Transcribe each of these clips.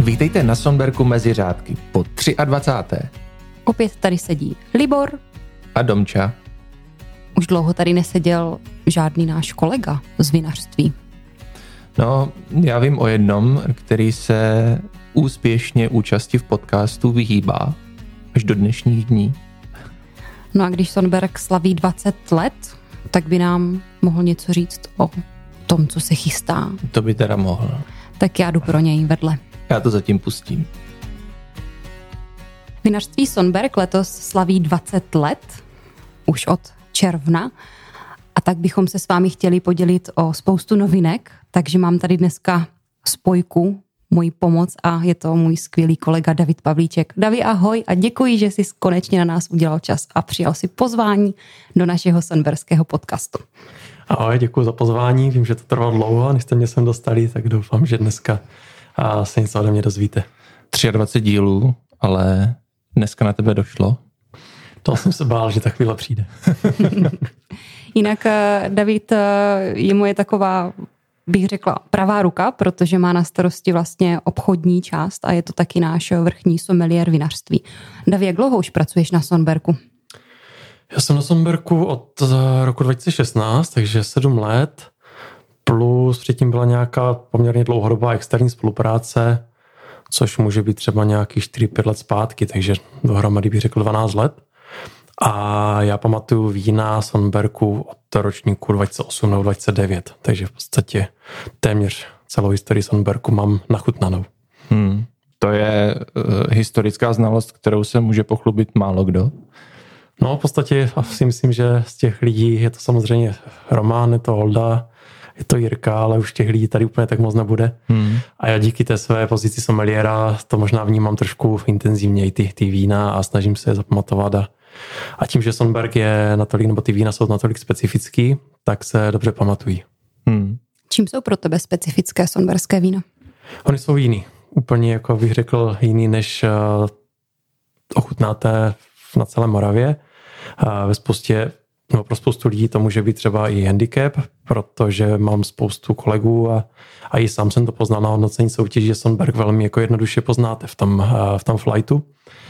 Vítejte na Sonberku mezi řádky po 23. Opět tady sedí Libor a Domča. Už dlouho tady neseděl žádný náš kolega z vinařství. No, já vím o jednom, který se úspěšně účasti v podcastu vyhýbá až do dnešních dní. No a když Sonberg slaví 20 let, tak by nám mohl něco říct o tom, co se chystá. To by teda mohl. Tak já jdu pro něj vedle. Já to zatím pustím. Vinařství Sonberg letos slaví 20 let, už od června, a tak bychom se s vámi chtěli podělit o spoustu novinek, takže mám tady dneska spojku, moji pomoc, a je to můj skvělý kolega David Pavlíček. David, ahoj a děkuji, že jsi konečně na nás udělal čas a přijal si pozvání do našeho sonberského podcastu. Ahoj, děkuji za pozvání, vím, že to trvalo dlouho, než jste mě sem dostali, tak doufám, že dneska se něco ode mě dozvíte. 23 dílů, ale dneska na tebe došlo. To jsem se bál, že ta chvíle přijde. Jinak David je moje taková, bych řekla, pravá ruka, protože má na starosti vlastně obchodní část a je to taky náš vrchní sommeliér vinařství. David, jak dlouho už pracuješ na Sonberku? Já jsem na Sonberku od roku 2016, takže 7 let, plus předtím byla nějaká poměrně dlouhodobá externí spolupráce, což může být třeba nějaký 4-5 let zpátky, takže dohromady bych řekl 12 let. A já pamatuju vína Sonberku od ročníku 2008 nebo 2009, takže v podstatě téměř celou historii Sonberku mám nachutnanou. To je historická znalost, kterou se může pochlubit málo kdo. No v podstatě si myslím, že z těch lidí je to samozřejmě Roman, je to Olda, je to Jirka, ale už těch lidí tady úplně tak moc nebude. A já díky té své pozici sommeliéra to možná vnímám trošku intenzivněji ty vína a snažím se je zapamatovat. A tím, že Sonberg je natolik, nebo ty vína jsou natolik specifický, tak se dobře pamatují. Čím jsou pro tebe specifické sonberské vína? Oni jsou jiný. Úplně, jako bych řekl, jiný, než ochutnáte na celé Moravě. Ve spoustě, no pro spoustu lidí to může být třeba i handicap, protože mám spoustu kolegů a i sám jsem to poznal na hodnocení soutěži, že Sonberg velmi jako jednoduše poznáte v tom flightu.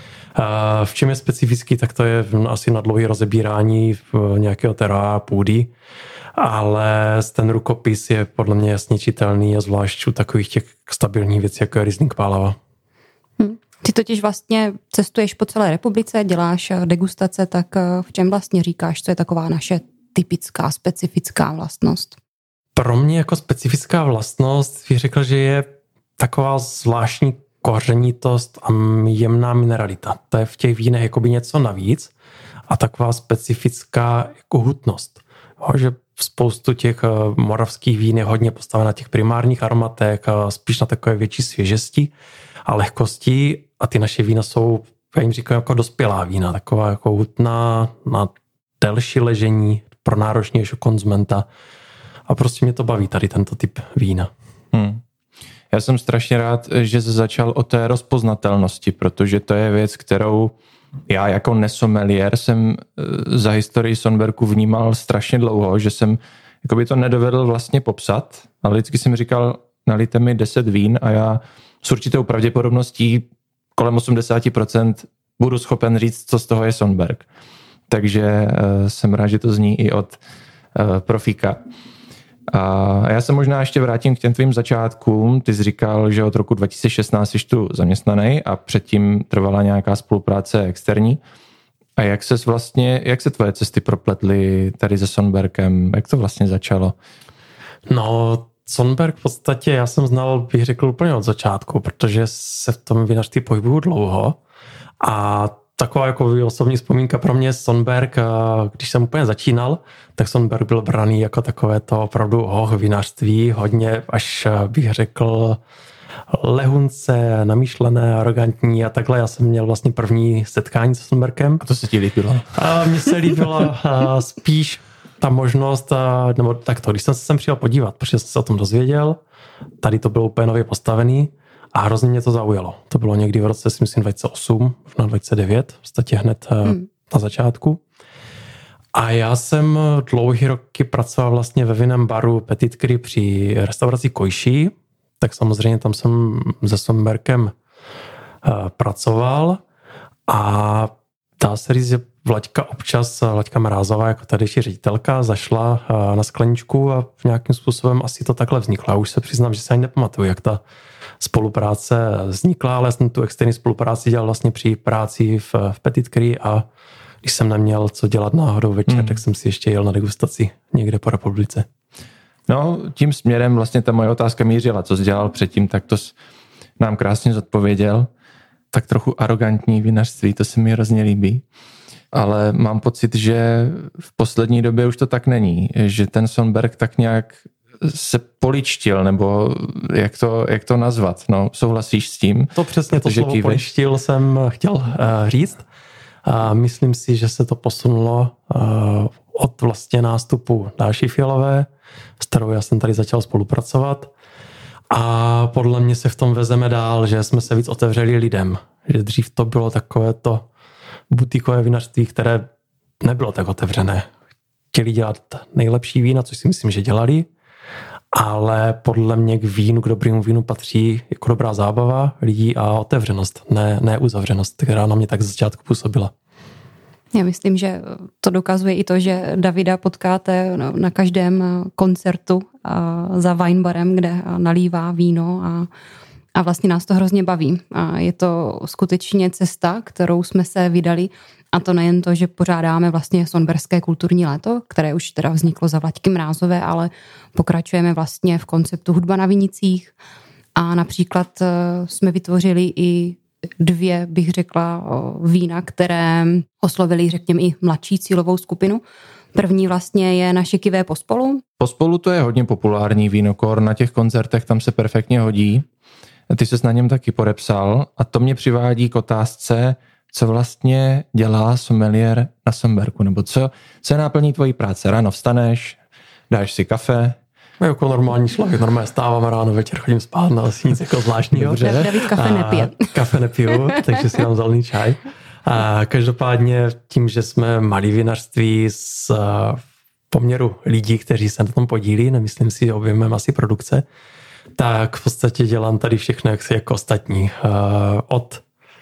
V čem je specifický, tak to je asi na dlouhé rozebírání nějakého teroa, půdy, ale ten rukopis je podle mě jasně čitelný a zvlášť u takových těch stabilních věcí, jako je Riesling Pálava. Ty totiž vlastně cestuješ po celé republice, děláš degustace, tak v čem vlastně říkáš, co je taková naše typická, specifická vlastnost? Pro mě jako specifická vlastnost bych řekl, že je taková zvláštní kořenitost a jemná mineralita. To je v těch vínech jakoby něco navíc a taková specifická jako hutnost. Že spoustu těch moravských vín je hodně postavená na těch primárních aromatech, spíš na takové větší svěžesti a lehkosti, a ty naše vína jsou, já jim říkám, jako dospělá vína, taková jako hutná, na delší ležení, pro náročnějšího konzumenta, a prostě mě to baví tady tento typ vína. Já jsem strašně rád, že jsi začal o té rozpoznatelnosti, protože to je věc, kterou já jako nesomeliér jsem za historii Sonberku vnímal strašně dlouho, že jsem jakoby to nedovedl vlastně popsat, ale vždycky jsem říkal, nalijte mi 10 vín a já s určitou pravděpodobností kolem 80% budu schopen říct, co z toho je Sonberg. Takže jsem rád, že to zní i od profíka. A já se možná ještě vrátím k těm tvým začátkům. Ty jsi říkal, že od roku 2016 jsi tu zaměstnaný a předtím trvala nějaká spolupráce externí. A jak se tvoje cesty propletly tady se Sonbergem? Jak to vlastně začalo? No, Sonberg v podstatě já jsem znal, bych řekl, úplně od začátku, protože se v tom vinařství pohybuju dlouho. A taková jako osobní vzpomínka pro mě Sonberg, když jsem úplně začínal, tak Sonberg byl braný jako takové to opravdu vinařství, hodně, až bych řekl, lehunce, namýšlené, arrogantní a takhle. Já jsem měl vlastně první setkání se Sonbergem. A to se ti líbilo? A mně se líbila spíš ta možnost, nebo takto, když jsem se sem přijel podívat, protože jsem se o tom dozvěděl, tady to bylo úplně nově postavený, a hrozně mě to zaujalo. To bylo někdy v roce, si myslím, 2008, možná 2009, v podstatě hned na začátku. A já jsem dlouhý roky pracoval vlastně ve vinném baru Petit Cru při restauraci Kojší, tak samozřejmě tam jsem se Sonbergem pracoval a dá se říct, že Vlaďka Mrázová, jako tadyjší ředitelka, zašla na skleničku a nějakým způsobem asi to takhle vzniklo. Já už se přiznám, že se ani nepamatuju, jak ta spolupráce vznikla, ale jsem tu externí spolupráci dělal vlastně při práci v Petit Cry a když jsem neměl co dělat náhodou večer, tak jsem si ještě jel na degustaci někde po republice. No, tím směrem vlastně ta moje otázka mířila, co jsi dělal předtím, tak to nám krásně zodpověděl. Tak trochu arrogantní vinařství, to se mi hrozně líbí. Ale mám pocit, že v poslední době už to tak není, že ten Sonberg tak nějak se poličtil, nebo jak to nazvat? No, souhlasíš s tím? To přesně, to slovo poličtil jsem chtěl říct. A myslím si, že se to posunulo od vlastně nástupu Dáši Fialové, s kterou já jsem tady začal spolupracovat. A podle mě se v tom vezeme dál, že jsme se víc otevřeli lidem. Že dřív to bylo takové to butikové vinařství, které nebylo tak otevřené. Chtěli dělat nejlepší vína, což si myslím, že dělali, ale podle mě k vínu, k dobrému vínu patří jako dobrá zábava lidí a otevřenost, ne uzavřenost, která na mě tak z začátku působila. Já myslím, že to dokazuje i to, že Davida potkáte na každém koncertu za winebarem, kde nalívá víno a vlastně nás to hrozně baví. A je to skutečně cesta, kterou jsme se vydali, a to nejen to, že pořádáme vlastně Sonberské kulturní léto, které už teda vzniklo za Vlaďky Mrázové, ale pokračujeme vlastně v konceptu Hudba na vinicích a například jsme vytvořili i 2, bych řekla, vína, které oslovili, řekněme, i mladší cílovou skupinu. První vlastně je naše Kivé Pospolu. Pospolu to je hodně populární vínokor, na těch koncertech tam se perfektně hodí. Ty ses na něm taky podepsal a to mě přivádí k otázce, co vlastně dělá sommelier na Sonbergu, nebo co je náplní tvojí práce? Ráno vstaneš, dáš si kafe? Jako normální člověk, normálně stávám ráno, večer chodím spát, no asi nic jako zvláštního. David kafe nepije. Kafe nepiju, takže si dám zelený čaj. A každopádně tím, že jsme malý vinařství z poměru lidí, kteří se na tom podílí, nemyslím si, že objemem asi produkce, tak v podstatě dělám tady všechno jako ostatní. Od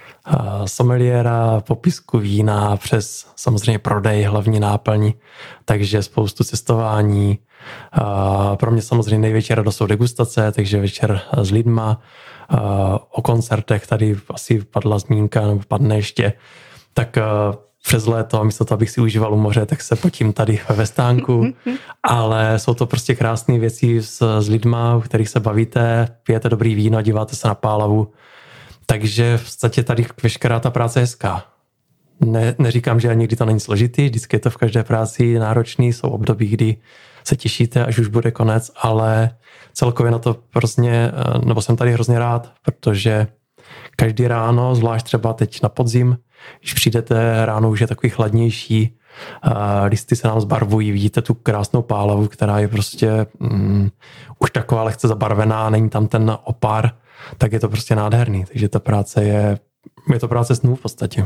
sommeliéra, popisku vína, přes samozřejmě prodej, hlavní náplň, takže spoustu cestování. Pro mě samozřejmě největší radost jsou degustace, takže večer s lidma. O koncertech tady asi padla zmínka, nebo padne ještě. Tak přes léto, místo toho, abych si užíval u moře, tak se potím tady ve stánku. Ale jsou to prostě krásné věci s lidma, u kterých se bavíte, pijete dobrý víno, díváte se na pálavu. Takže v podstatě tady veškerá ta práce je hezká. Neříkám, že někdy to není složitý, vždycky je to v každé práci náročný, jsou období, kdy se těšíte, až už bude konec, ale celkově na to hrozně, nebo jsem tady hrozně rád, protože každý ráno, zvlášť třeba teď na podzim, když přijdete ráno, už je takový chladnější, listy se nám zbarvují, vidíte tu krásnou pálavu, která je prostě už taková lehce zabarvená, není tam ten opar, tak je to prostě nádherný. Takže ta práce je to práce snů v podstatě.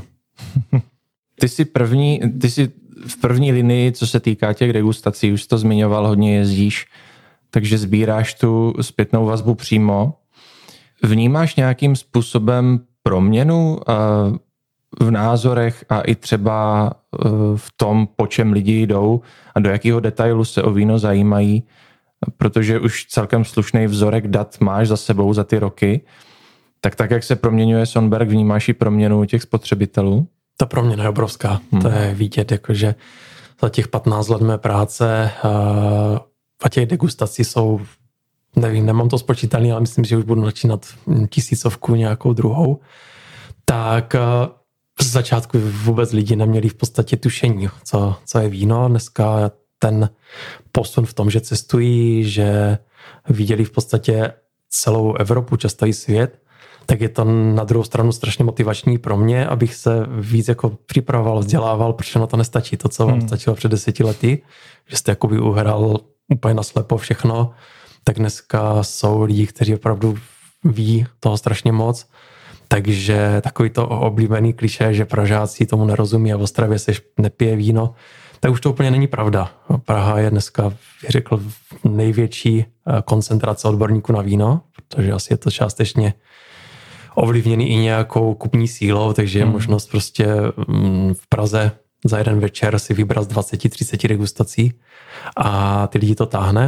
Ty jsi v první linii, co se týká těch degustací, už to zmiňoval, hodně jezdíš, takže sbíráš tu zpětnou vazbu přímo. Vnímáš nějakým způsobem proměnu v názorech a i třeba v tom, po čem lidi jdou a do jakého detailu se o víno zajímají, protože už celkem slušný vzorek dat máš za sebou za ty roky, tak jak se proměňuje Sonberg, vnímáš i proměnu těch spotřebitelů? Ta proměna je obrovská. To je vidět, jakože za těch 15 let mé práce a těch degustací jsou, nevím, nemám to spočítaný, ale myslím, že už budu začínat 1000 nějakou druhou. Tak z začátku vůbec lidi neměli v podstatě tušení, co je víno. Dneska ten posun v tom, že cestují, že viděli v podstatě celou Evropu, často i svět, tak je to na druhou stranu strašně motivační pro mě, abych se víc jako připravoval, vzdělával, protože na to nestačí to, co vám stačilo před 10 lety, že jste jakoby uhral úplně naslepo všechno, tak dneska jsou lidi, kteří opravdu ví toho strašně moc, takže takový to oblíbený klišé, že Pražáci tomu nerozumí a v Ostravě se nepije víno, tak už to úplně není pravda. Praha je dneska, bych řekl, největší koncentrace odborníků na víno, protože asi je to částečně ovlivněný i nějakou kupní sílou, takže je možnost prostě v Praze za jeden večer si vybrat z 20-30 degustací a ty lidi to táhne.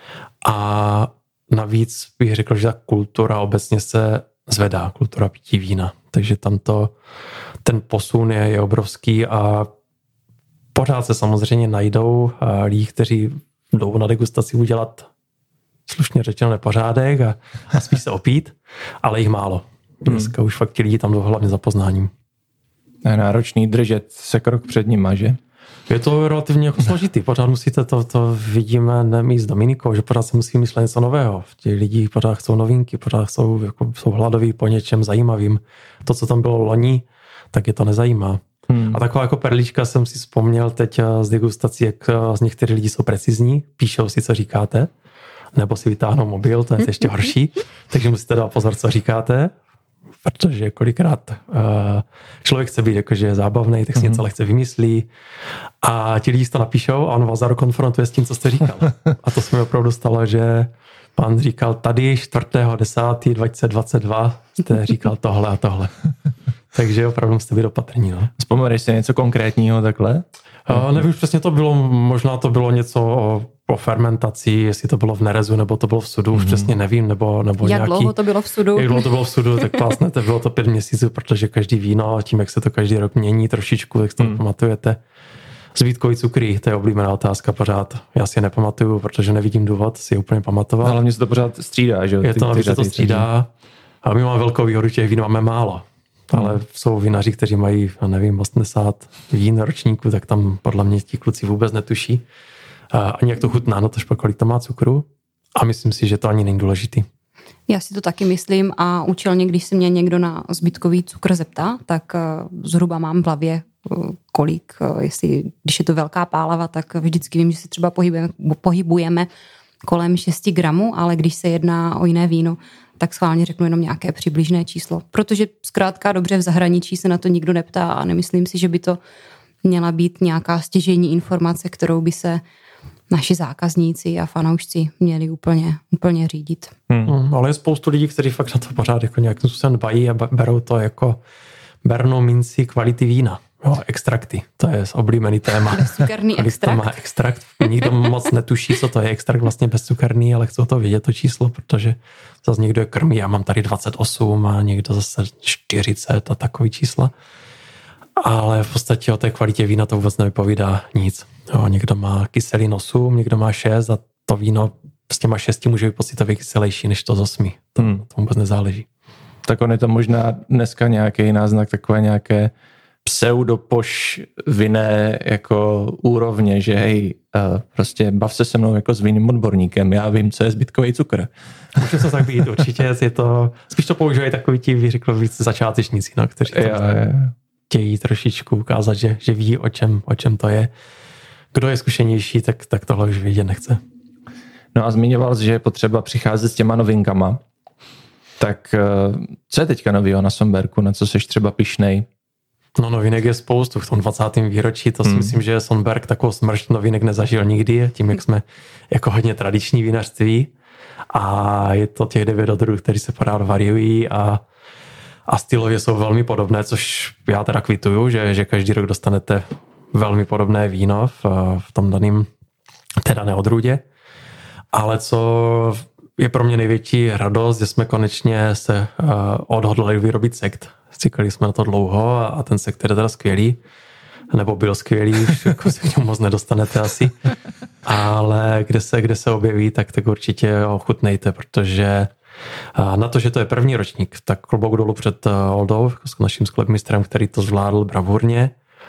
A navíc bych řekl, že ta kultura obecně se zvedá, kultura pití vína. Takže ten posun je obrovský a pořád se samozřejmě najdou lidi, kteří jdou na degustaci udělat slušně řečeno nepořádek a spíš se opít, ale jich málo. Dneska už fakt ti lidi tam jdou hlavně za poznáním. Je náročný držet se krok před nima, že? Je to relativně jako složitý. Pořád musíte to vidíme nemí s Dominikou, že pořád se musí myslet něco nového. Ti lidi pořád chcou novinky, pořád jsou hladoví po něčem zajímavým. To, co tam bylo loni, tak je to nezajímá. A taková jako perlička jsem si vzpomněl teď z degustací, jak z některých lidí jsou precizní, píšou si, co říkáte, nebo si vytáhnou mobil, to je ještě horší, takže musíte dát pozor, co říkáte, protože kolikrát člověk chce být jakože zábavný, tak si něco lehce vymyslí a ti lidi to napíšou a on vás zároveň konfrontuje s tím, co jste říkal. A to se mi opravdu stalo, že pán říkal tady 4.10.2022 jste říkal tohle a tohle. Takže opravdu musíte být opatrní. No. Vzpomeneš si něco konkrétního takhle? Nevím, přesně to bylo, možná to bylo něco o fermentaci, jestli to bylo v nerezu, nebo to bylo v sudu, už přesně nevím, nebo jak nějaký... dlouho to bylo v sudu? Jak dlouho to bylo v sudu, tak vlastně to bylo to 5 měsíců, protože každý víno, tím, jak se to každý rok mění trošičku, tak to pamatujete. Zbytkový cukry, to je oblíbená otázka pořád. Já si je nepamatuju, protože nevidím důvod si je úplně pamatovat. Ale hlavně se to pořád střídá, že? Je to, aby se to střídá. A my máme velkou výhodu, těch vín máme málo. Ale jsou vinaři, kteří mají, nevím, 80 vín ročníku, tak tam podle mě ti kluci vůbec netuší. Ani jak to chutná, no to špak, kolik to má cukru. A myslím si, že to ani není důležitý. Já si to taky myslím a účelně, když se mě někdo na zbytkový cukr zeptá, tak zhruba mám v hlavě kolik, když je to velká pálava, tak vždycky vím, že si třeba pohybujeme kolem 6 gramů, ale když se jedná o jiné víno, tak schválně řeknu jenom nějaké přibližné číslo. Protože zkrátka dobře v zahraničí se na to nikdo neptá a nemyslím si, že by to měla být nějaká stěžejní informace, kterou by se naši zákazníci a fanoušci měli úplně řídit. Ale je spoustu lidí, kteří fakt na to pořád jako nějakým způsobem dbají a berou to jako bernou minci kvality vína. Jo, extrakty, to je oblíbený téma. Bezcukerný extrakt. To má extrakt. Nikdo moc netuší, co to je extrakt vlastně bezcukerný, ale chcou to vědět, to číslo, protože zase někdo je krmí, já mám tady 28 a někdo zase 40 a takový čísla. Ale v podstatě o té kvalitě vína to vůbec nevypovídá nic. Jo, někdo má kyselin 8, někdo má 6 a to víno s těma 6 může být pocitově kyselější než to z 8. To vůbec nezáleží. Tak on je to možná dneska nějaký náznak takové nějaké pseudopošvinné jako úrovně, že hej, prostě bav se mnou jako s vinným odborníkem, já vím, co je zbytkový cukr. Může to tak být, určitě je to, spíš to používají takový ti, bych řekl, víc začátečníci, no, kteří chtějí trošičku ukázat, že ví, o čem to je. Kdo je zkušenější, tak tohle už vědět nechce. No a zmiňoval jsi, že je potřeba přicházet s těma novinkama. Tak co je teďka novýho na Sonbergu, na co seš třeba pyšnej? No novinek je spoustu. V tom 20. výročí to si myslím, že Sonberg takovou smršť novinek nezažil nikdy, tím, jak jsme jako hodně tradiční vinařství. A je to těch 9 odrůd, které se pořád variují a stylově jsou velmi podobné, což já teda kvituju, že každý rok dostanete velmi podobné víno v tom daném té dané odrůdě. Ale co je pro mě největší radost, že jsme konečně se odhodlali vyrobit sekt. Čekali jsme na to dlouho a ten sekt je teda skvělý. Nebo byl skvělý, už jako se k němu moc nedostanete asi. Ale kde se objeví, tak určitě ho chutnejte, protože na to, že to je první ročník, tak klobouk dolů před Oldou, s naším sklepmistrem, který to zvládl bravurně.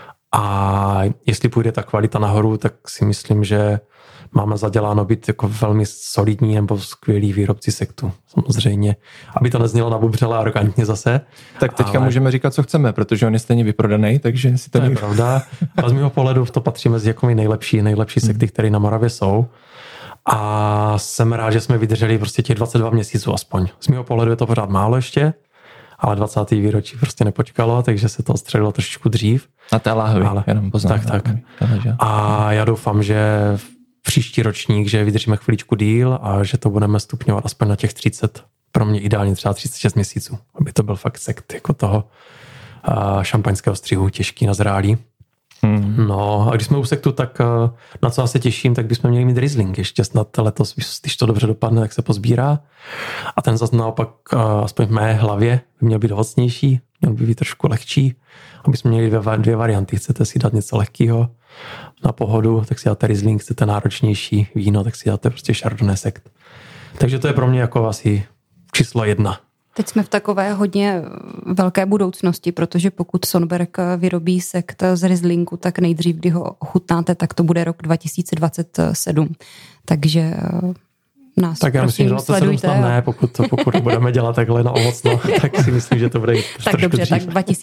A jestli půjde ta kvalita nahoru, tak si myslím, že máme zaděláno být jako velmi solidní nebo skvělý výrobci sektu. Samozřejmě. Aby to neznělo nabubřele arrogantně zase. Tak teďka můžeme říkat, co chceme, protože on je stejně vyprodaný, takže si to je pravda. A z mého pohledu to patří mezi jako nejlepší sekty, které na Moravě jsou. A jsem rád, že jsme vydrželi prostě těch 22 měsíců aspoň. Z mého pohledu je to pořád málo ještě, ale 20. výročí prostě nepočkalo, takže se to odstřelilo trošičku dřív. A té láhvy, jenom poznám. Tak. A já doufám, že příští ročník, že vydržíme chviličku díl a že to budeme stupňovat aspoň na těch 30 pro mě ideálně třeba 36 měsíců, aby to byl fakt sekt jako toho šampaňského střihu, těžký, nazrálý. No a když jsme u sektu, tak na co se těším, tak bychom měli mít Riesling ještě snad letos, když to dobře dopadne, tak se pozbírá. A ten zase naopak, aspoň v mé hlavě, by měl být ovocnější, měl by být trošku lehčí, aby jsme měli dvě varianty. Chcete si dát něco lehkého na pohodu, tak si dáte Riesling, chcete náročnější víno, tak si dáte prostě Chardonnay sekt. Takže to je pro mě jako asi číslo 1. Teď jsme v takové hodně velké budoucnosti, protože pokud Sonberg vyrobí sekt z Rieslingu, tak nejdřív, kdy ho ochutnáte, tak to bude rok 2027. Takže nás tak já myslím, že sledujte. Ne, pokud budeme dělat takhle na ovocno, tak si myslím, že to bude tak dobře, dřív. tak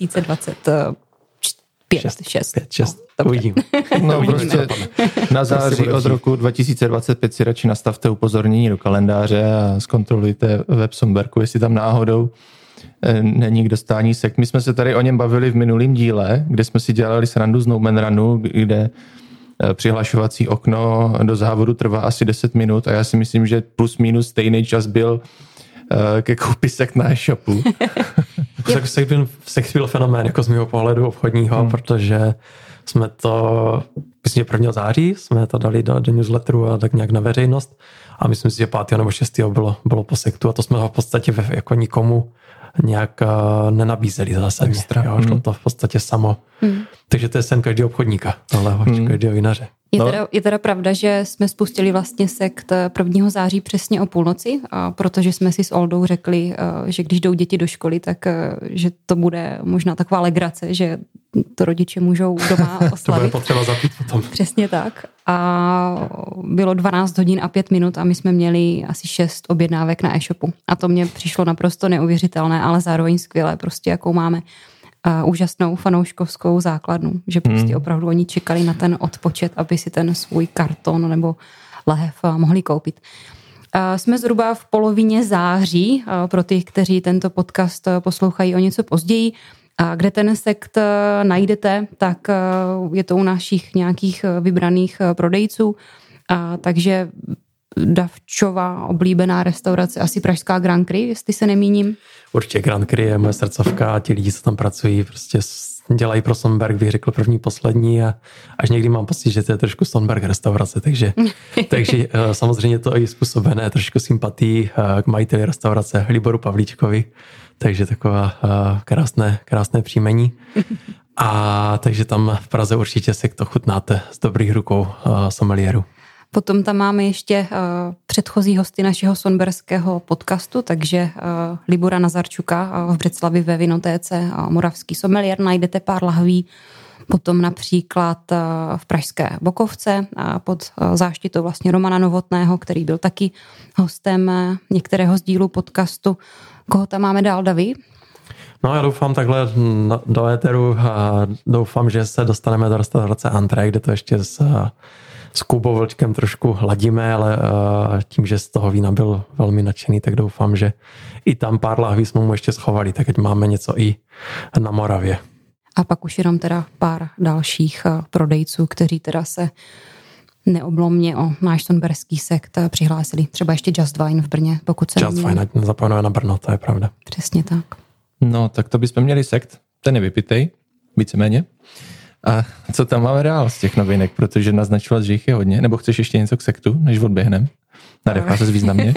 2025, 6. Uvidím. No prostě na září od roku 2025 si radši nastavte upozornění do kalendáře a zkontrolujte web Sonbergu, jestli tam náhodou není k dostání sekt. My jsme se tady o něm bavili v minulém díle, kde jsme si dělali srandu z No Man Runu, kde přihlašovací okno do závodu trvá asi 10 minut a já si myslím, že plus minus stejný čas byl ke koupi sekt na e-shopu. Sekt byl fenomén jako z mého pohledu obchodního, protože jsme to, myslím, 1. září jsme to dali do newsletteru a tak nějak na veřejnost a myslím si, že 5. nebo 6. bylo po sektu a to jsme ho v podstatě jako nikomu nějak nenabízeli zásadně. Šlo to v podstatě samo. Takže to je sen každého obchodníka, ale každého vinaře. Je teda pravda, že jsme spustili vlastně sekt 1. září přesně o půlnoci, protože jsme si s Oldou řekli, že když jdou děti do školy, tak že to bude možná taková legrace, že to rodiče můžou doma oslavit. To bude potřeba zapít potom. Přesně tak. A bylo 12 hodin a 5 minut a my jsme měli asi 6 objednávek na e-shopu. A to mně přišlo naprosto neuvěřitelné, ale zároveň skvělé, prostě jakou máme úžasnou fanouškovskou základnu, že prostě opravdu oni čekali na ten odpočet, aby si ten svůj karton nebo lahev mohli koupit. Jsme zhruba v polovině září, pro ty, kteří tento podcast poslouchají o něco později. A kde ten sekt najdete, tak je to u našich nějakých vybraných prodejců. Takže Davčova oblíbená restaurace, asi pražská Grand Cru, jestli se nemýním. Určitě Grand Cru je moje srdcovka a ti lidi, co tam pracují, prostě dělají pro Sonberg, bych řekl první, poslední a až někdy mám pocit, že to je trošku Sonberg restaurace, takže samozřejmě to je způsobené trošku sympatií k majiteli restaurace Liboru Pavlíčkovi, takže taková krásné příjmení. A takže tam v Praze určitě se to chutnáte z dobrých rukou sommeliéru. Potom tam máme ještě předchozí hosty našeho sonberského podcastu, takže Libora Nazarčuka v Břeclavi ve Vinotéce Moravský sommeliér, najdete pár lahví, potom například v pražské Bokovce pod záštitou vlastně Romana Novotného, který byl taky hostem některého z dílů podcastu. Koho tam máme dál, Davi? No já doufám takhle do éteru a doufám, že se dostaneme do restaurace Antré, kde to ještě s Kubou Vlčkem trošku hladíme, ale tím, že z toho vína byl velmi nadšený, tak doufám, že i tam pár lahví jsme mu ještě schovali, tak ať máme něco i na Moravě. A pak už jenom teda pár dalších prodejců, kteří teda se neoblomně o náš sonberský sekt přihlásili. Třeba ještě Just Wine v Brně, pokud se Just Wine, nezapomenuje na Brno, to je pravda. Přesně tak. No, tak to bychom měli sekt. Ten je vypitej, víceméně. A co tam máme dál z těch novinek, protože naznačovat, že jich je hodně, nebo chceš ještě něco k sektu, než odběhnem? Nadechla se významně.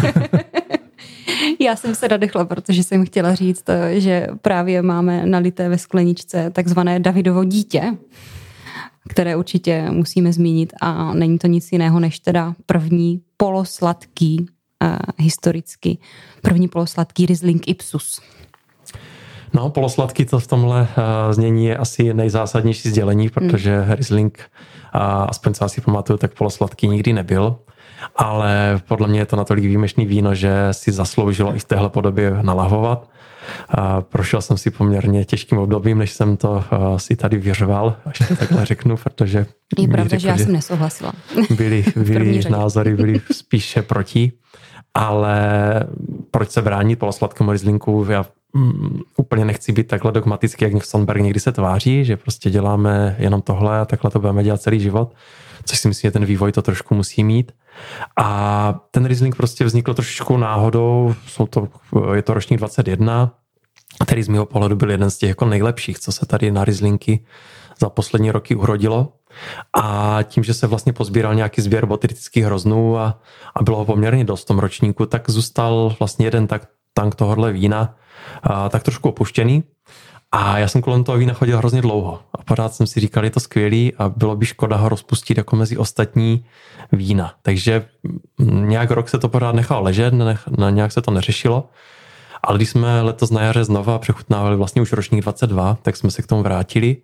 Já jsem se nadechla, protože jsem chtěla říct, že právě máme nalité ve skleničce takzvané Davidovo dítě, které určitě musíme zmínit a není to nic jiného, než teda první polosladký, historicky, první polosladký Riesling Ipsus. No, polosladký to v tomhle znění je asi nejzásadnější sdělení, protože Riesling, aspoň co asi pamatuju, tak polosladký nikdy nebyl, ale podle mě je to natolik výjimečný víno, že si zasloužilo i v téhle podobě nalahovat. Prošel jsem si poměrně těžkým obdobím, než jsem to si tady vyřval, až to takhle řeknu, protože... Je pravda, že já jsem nesouhlasila. Byly názory byly spíše proti, ale proč se bránit polosladkému Rieslingu? Já úplně nechci být takhle dogmatický, jak Sonberg někdy se tváří, že prostě děláme jenom tohle a takhle to budeme dělat celý život. což si myslím, že ten vývoj to trošku musí mít. A ten Riesling prostě vznikl trošičku náhodou, je to ročník 21, který z mého pohledu byl jeden z těch jako nejlepších, co se tady na Rieslingy za poslední roky urodilo. A tím, že se vlastně pozbíral nějaký sběr botrytických hroznů a bylo ho poměrně dost v tom ročníku, tak zůstal vlastně jeden tank tohohle vína tak trošku opuštěný. A já jsem kolem toho vína chodil hrozně dlouho. A pořád jsem si říkal, je to skvělý a bylo by škoda ho rozpustit jako mezi ostatní vína. Takže nějak rok se to pořád nechalo ležet, nějak se to neřešilo. Ale když jsme letos na jaře znova přechutnávali vlastně už ročník 22, tak jsme se k tomu vrátili.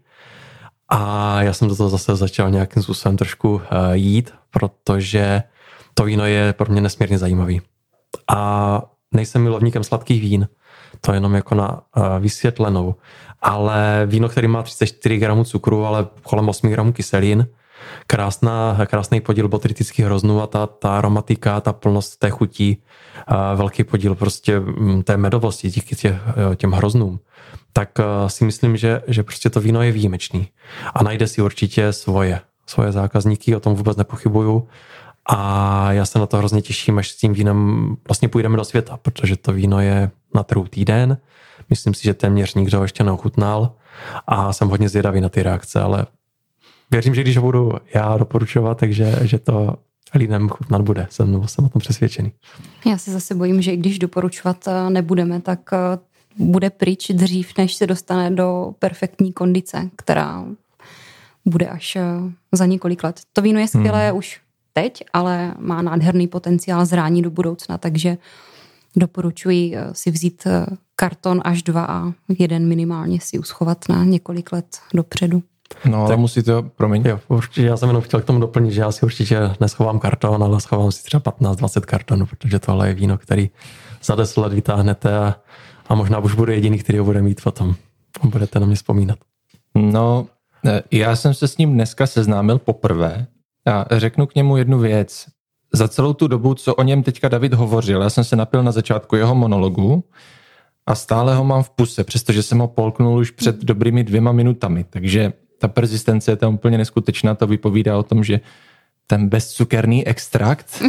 A já jsem do toho zase začal nějakým způsobem trošku jít, protože to víno je pro mě nesmírně zajímavý. A nejsem milovníkem sladkých vín, to jenom jako na vysvětlenou. Ale víno, který má 34 gramů cukru, ale kolem 8 gramů kyselin, krásný podíl botrytických hroznů a ta aromatika, ta plnost té chutí, velký podíl prostě té medovosti díky těm hroznům, tak si myslím, že prostě to víno je výjimečný. A najde si určitě svoje zákazníky, o tom vůbec nepochybuju. A já se na to hrozně těším, až s tím vínem vlastně půjdeme do světa, protože to víno je na trhu týden. Myslím si, že téměř nikdo ho ještě neochutnal a jsem hodně zvědavý na ty reakce, ale věřím, že když ho budu já doporučovat, takže to lidem chutnat bude. Jsem o tom přesvědčený. Já se zase bojím, že i když doporučovat nebudeme, tak bude pryč dřív, než se dostane do perfektní kondice, která bude až za několik let. To víno je skvělé už teď, ale má nádherný potenciál zrání do budoucna, takže doporučuji si vzít karton až 2 a 1 minimálně si uschovat na několik let dopředu. No, ale musí to, promiň. Jo, určitě, já jsem jenom chtěl k tomu doplnit, že já si určitě neschovám karton, ale schovám si třeba 15-20 kartonů, protože tohle je víno, který za 10 let vytáhnete a možná už bude jediný, který ho bude mít potom. Budete na mě vzpomínat. No, já jsem se s ním dneska seznámil poprvé a řeknu k němu jednu věc. Za celou tu dobu, co o něm teďka David hovořil, já jsem se napil na začátku jeho monologu a stále ho mám v puse, přestože jsem ho polknul už před dobrými 2 minutami, takže ta persistence je tam úplně neskutečná, to vypovídá o tom, že ten bezcukerný extrakt,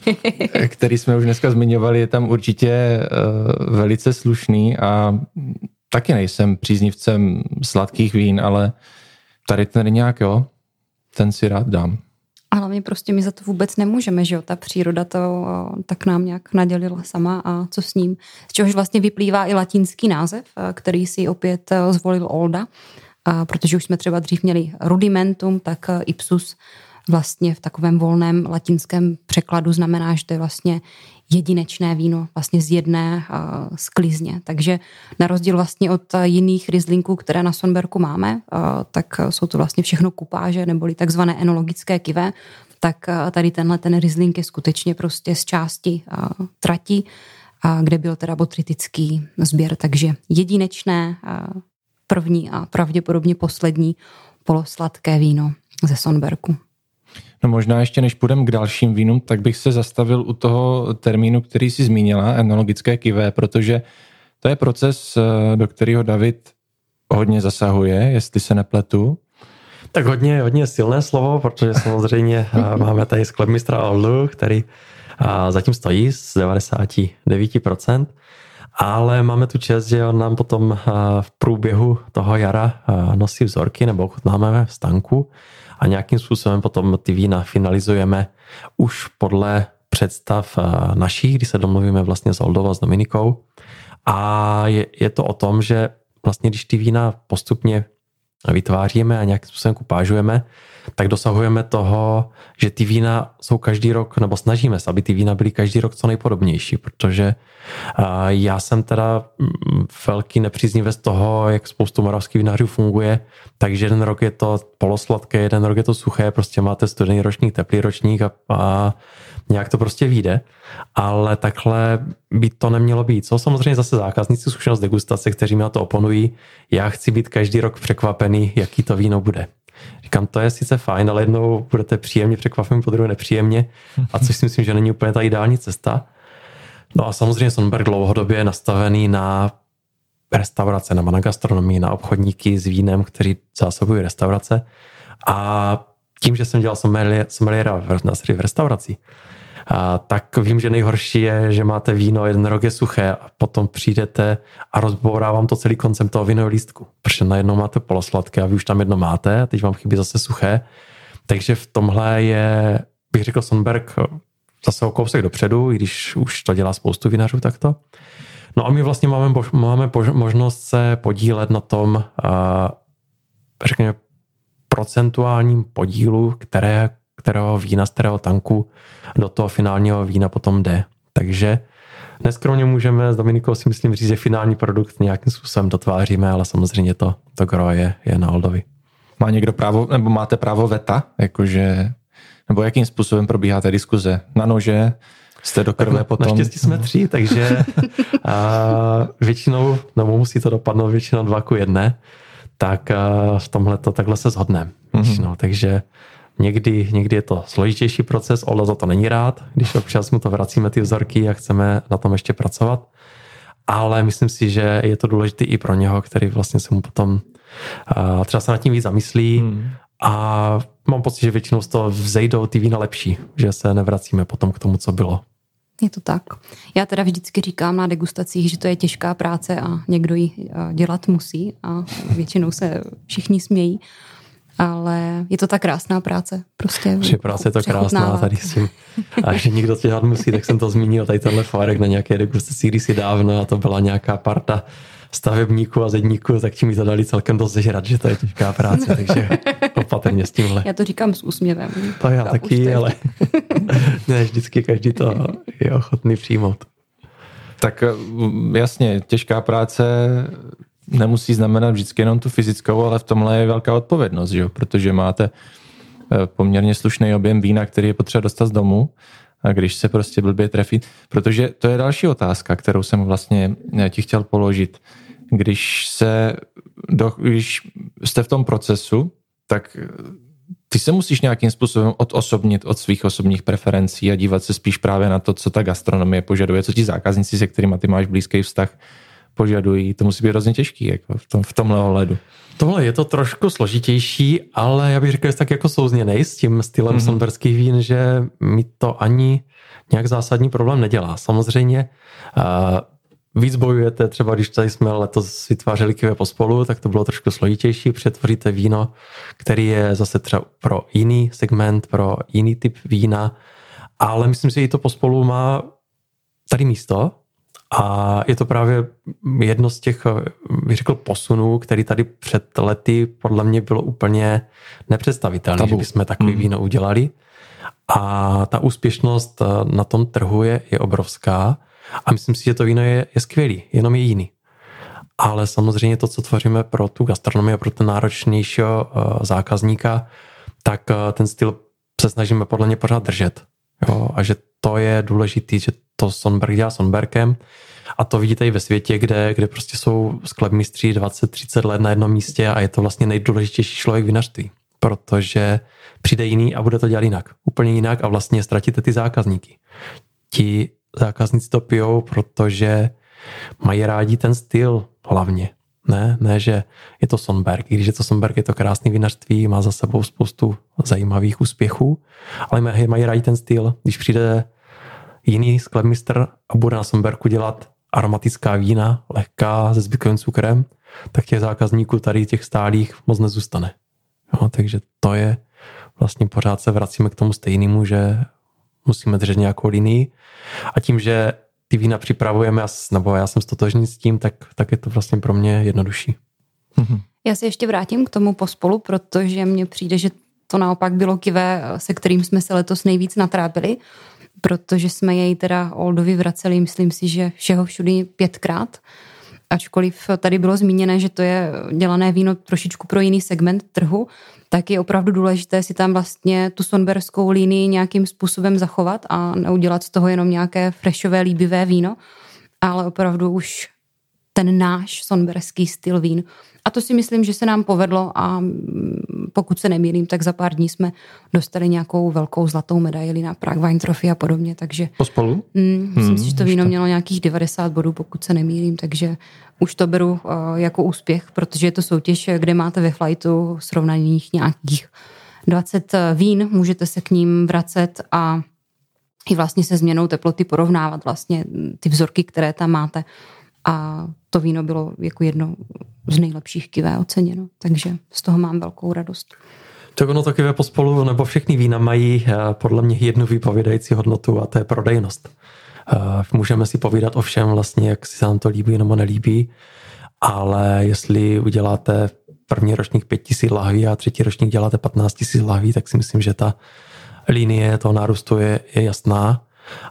který jsme už dneska zmiňovali, je tam určitě velice slušný a taky nejsem příznivcem sladkých vín, ale tady ten nějak, jo, ten si rád dám. Ale my za to vůbec nemůžeme, že jo, ta příroda to tak nám nějak nadělila sama a co s ním. Z čehož vlastně vyplývá i latinský název, který si opět zvolil Olda, protože už jsme třeba dřív měli rudimentum, tak ipsus vlastně v takovém volném latinském překladu znamená, že to je vlastně jedinečné víno vlastně z jedné sklizně. Takže na rozdíl vlastně od jiných Rieslingů, které na Sonbergu máme, tak jsou to vlastně všechno kupáže neboli takzvané enologické kyvé, tak tady ten Riesling je skutečně prostě z části trati, kde byl teda botrytický sběr. Takže jedinečné první a pravděpodobně poslední polosladké víno ze Sonbergu. No možná ještě než půjdeme k dalším vínům, tak bych se zastavil u toho termínu, který jsi zmínila, enologické kyvé, protože to je proces, do kterého David hodně zasahuje, jestli se nepletu. Tak hodně silné slovo, protože samozřejmě máme tady sklepmistra Oldu, který zatím stojí z 99%, ale máme tu čest, že on nám potom v průběhu toho jara nosí vzorky nebo ochutnáme v stanku a nějakým způsobem potom ty vína finalizujeme už podle představ našich, kdy se domluvíme vlastně s Oldou a s Dominikou. A je to o tom, že vlastně když ty vína postupně vytváříme a nějakým způsobem kupážujeme, tak dosahujeme toho, že ty vína jsou každý rok, nebo snažíme se, aby ty vína byly každý rok co nejpodobnější, protože já jsem teda velký nepříznivec toho, jak spoustu moravských vinařů funguje, takže jeden rok je to polosladké, jeden rok je to suché, prostě máte studený ročník, teplý ročník a nějak to prostě vyjde, ale takhle by to nemělo být. Jsou samozřejmě zase zákazníci zkušenost degustace, kteří mi na to oponují. Já chci být každý rok překvapený, jaký to víno bude. Říkám, to je sice fajn, ale jednou budete příjemně překvapení, po druhé nepříjemně, a což si myslím, že není úplně ta ideální cesta. No a samozřejmě Sonberg dlouhodobě je nastavený na restaurace, na gastronomii, na obchodníky s vínem, kteří zásobují restaurace. A tím, že jsem dělal sommeliéra v restauraci, tak vím, že nejhorší je, že máte víno, jeden rok je suché a potom přijdete a rozbourá vám to celý koncept toho vinného lístku. Protože najednou máte polosladké a vy už tam jedno máte a teď vám chybí zase suché. Takže v tomhle je, bych řekl, Sonberg zase o kousek dopředu, i když už to dělá spoustu vinařů takto. No a my vlastně máme možnost se podílet na tom, řekněme, procentuálním podílu, kterého vína z kterého tanku do toho finálního vína potom jde. Takže neskromně můžeme s Dominikou si myslím říct, že finální produkt nějakým způsobem dotváříme, ale samozřejmě to gro je na Oldovi. Má někdo právo, nebo máte právo veta? Jakože, nebo jakým způsobem probíhá ta diskuze? Na nože? Jste do krve potom? Naštěstí jsme 3, takže většinou, nebo musí to dopadnout většinou 2:1, tak v tomhle to takhle se shodneme. Takže někdy je to složitější proces, Olda za to není rád, když občas mu to vracíme ty vzorky a chceme na tom ještě pracovat. Ale myslím si, že je to důležité i pro něho, který vlastně se mu potom třeba se nad tím víc zamyslí a mám pocit, že většinou z toho vzejdou ty vína lepší, že se nevracíme potom k tomu, co bylo. Je to tak. Já teda vždycky říkám na degustacích, že to je těžká práce a někdo ji dělat musí a většinou se všichni smějí. Ale je to ta krásná práce. Prostě práce je to krásná tady si. A že někdo to dělat musí, tak jsem to zmínil, tady tenhle fárek na nějaké degustaci kdysi dávno a to byla nějaká parta stavebníků a zedníků, tak ti mi to dali celkem dost zežrat, že to je těžká práce, takže opatrně s tímhle. Já to říkám s úsměvem. To já taky, ale ne vždycky každý to je ochotný přijmout. Tak jasně, těžká práce nemusí znamenat vždycky jenom tu fyzickou, ale v tomhle je velká odpovědnost, že? Protože máte poměrně slušný objem vína, který je potřeba dostat z domu a když se prostě blbě trefí, protože to je další otázka, kterou jsem vlastně ti chtěl položit. Když jste v tom procesu, tak ty se musíš nějakým způsobem odosobnit od svých osobních preferencí a dívat se spíš právě na to, co ta gastronomie požaduje, co ti zákazníci, se kterými ty máš blízký vztah, požadují. To musí být hrozně těžký jako v tomhle ohledu. Tohle je to trošku složitější, ale já bych řekl, že tak jako souzněnej s tím stylem sonberských vín, že mi to ani nějak zásadní problém nedělá. Samozřejmě víc bojujete, třeba když tady jsme letos vytvářeli Kyve pospolu, tak to bylo trošku složitější, přetvoříte víno, který je zase třeba pro jiný segment, pro jiný typ vína, ale myslím si, že i to pospolu má tady místo. A je to právě jedno z těch, bych řekl, posunů, který tady před lety podle mě bylo úplně nepředstavitelné, že bychom takový víno udělali. A ta úspěšnost na tom trhu je obrovská. A myslím si, že to víno je skvělý, jenom je jiný. Ale samozřejmě to, co tvoříme pro tu gastronomii a pro ten náročnějšího zákazníka, tak ten styl se snažíme podle mě pořád držet. Jo? A že to je důležitý, že to Sonberg dělá Sonbergem a to vidíte i ve světě, kde prostě jsou sklepmistři 20-30 let na jednom místě a je to vlastně nejdůležitější člověk vinařství, protože přijde jiný a bude to dělat jinak. Úplně jinak a vlastně ztratíte ty zákazníky. Ti zákazníci to pijou, protože mají rádi ten styl hlavně. Ne, že je to Sonberg. I když je to Sonberg, je to krásný vinařství, má za sebou spoustu zajímavých úspěchů, ale mají rádi ten styl. Když přijde jiný sklepmistr a bude na Sonbergu dělat aromatická vína, lehká, se zbytkovým cukrem, tak těch zákazníků tady těch stálých moc nezůstane. Jo, takže to je vlastně pořád se vracíme k tomu stejnému, že musíme držet nějakou linii a tím, že ty vína připravujeme, nebo já jsem stotožný s tím, tak je to vlastně pro mě jednodušší. Já se ještě vrátím k tomu pospolu, protože mně přijde, že to naopak bylo Kyve, se kterým jsme se letos nejvíc natrápili, protože jsme jej teda Oldovi vraceli, myslím si, že všeho všudy 5krát, ačkoliv tady bylo zmíněné, že to je dělané víno trošičku pro jiný segment trhu, tak je opravdu důležité si tam vlastně tu sonberskou linii nějakým způsobem zachovat a neudělat z toho jenom nějaké freshové, líbivé víno, ale opravdu už ten náš sonberský styl vín. A to si myslím, že se nám povedlo a pokud se nemýlím, tak za pár dní jsme dostali nějakou velkou zlatou medaili na Prague Wine Trophy a podobně, takže pospolu? Myslím si, že to víno mělo nějakých 90 bodů, pokud se nemýlím, takže už to beru jako úspěch, protože je to soutěž, kde máte ve flightu srovnaných nějakých 20 vín, můžete se k ním vracet a i vlastně se změnou teploty porovnávat vlastně ty vzorky, které tam máte. A to víno bylo jako jedno z nejlepších kyvé oceněno, takže z toho mám velkou radost. Tak ono to Kyvé pospolu, nebo všechny vína mají podle mě jednu vypovídající hodnotu a to je prodejnost. Můžeme si povídat o všem vlastně, jak si nám to líbí nebo nelíbí, ale jestli uděláte první ročník 5000 lahví a třetí ročník děláte 15 000 lahví, tak si myslím, že ta linie toho nárůstu je jasná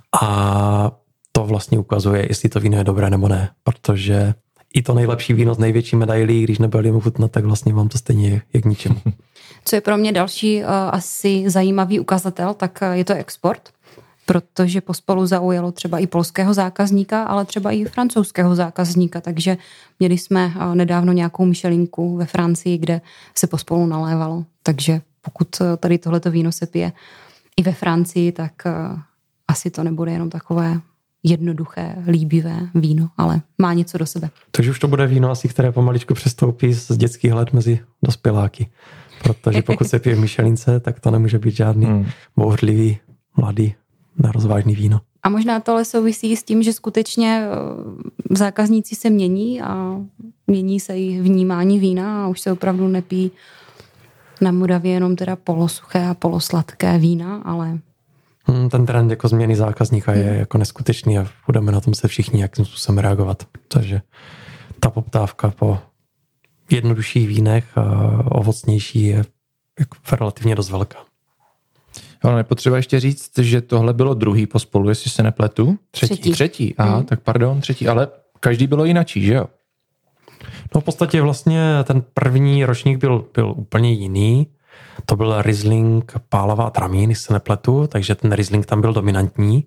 a to vlastně ukazuje, jestli to víno je dobré nebo ne, protože i to nejlepší víno z největší medailí, když nebyli mu chutnat, tak vlastně vám to stejně je k ničemu. Co je pro mě další asi zajímavý ukazatel, tak je to export, protože pospolu zaujalo třeba i polského zákazníka, ale třeba i francouzského zákazníka, takže měli jsme nedávno nějakou Michelinku ve Francii, kde se pospolu nalévalo, takže pokud tady tohleto víno se pije i ve Francii, tak asi to nebude jenom takové jednoduché, líbivé víno, ale má něco do sebe. Takže už to bude víno asi, které pomaličku přestoupí z dětských let mezi dospěláky. Protože pokud se pije v Michelince, tak to nemůže být žádný bouřlivý, mladý, nerozvážný víno. A možná tohle souvisí s tím, že skutečně zákazníci se mění a mění se i vnímání vína a už se opravdu nepí na Moravě jenom teda polosuché a polosladké vína, ale ten trend jako změny zákazníka je jako neskutečný a budeme na tom se všichni jakým způsobem reagovat. Takže ta poptávka po jednodušších vínech a ovocnější je jako relativně dost velká. Ale nepotřeba ještě říct, že tohle bylo druhý pospolu, jestli se nepletu? Třetí. Aha, tak pardon, třetí, ale každý bylo jinačí, že jo? No v podstatě vlastně ten první ročník byl úplně jiný. To byl Riesling, Pálava a Tramín, jestli se nepletu, takže ten Riesling tam byl dominantní.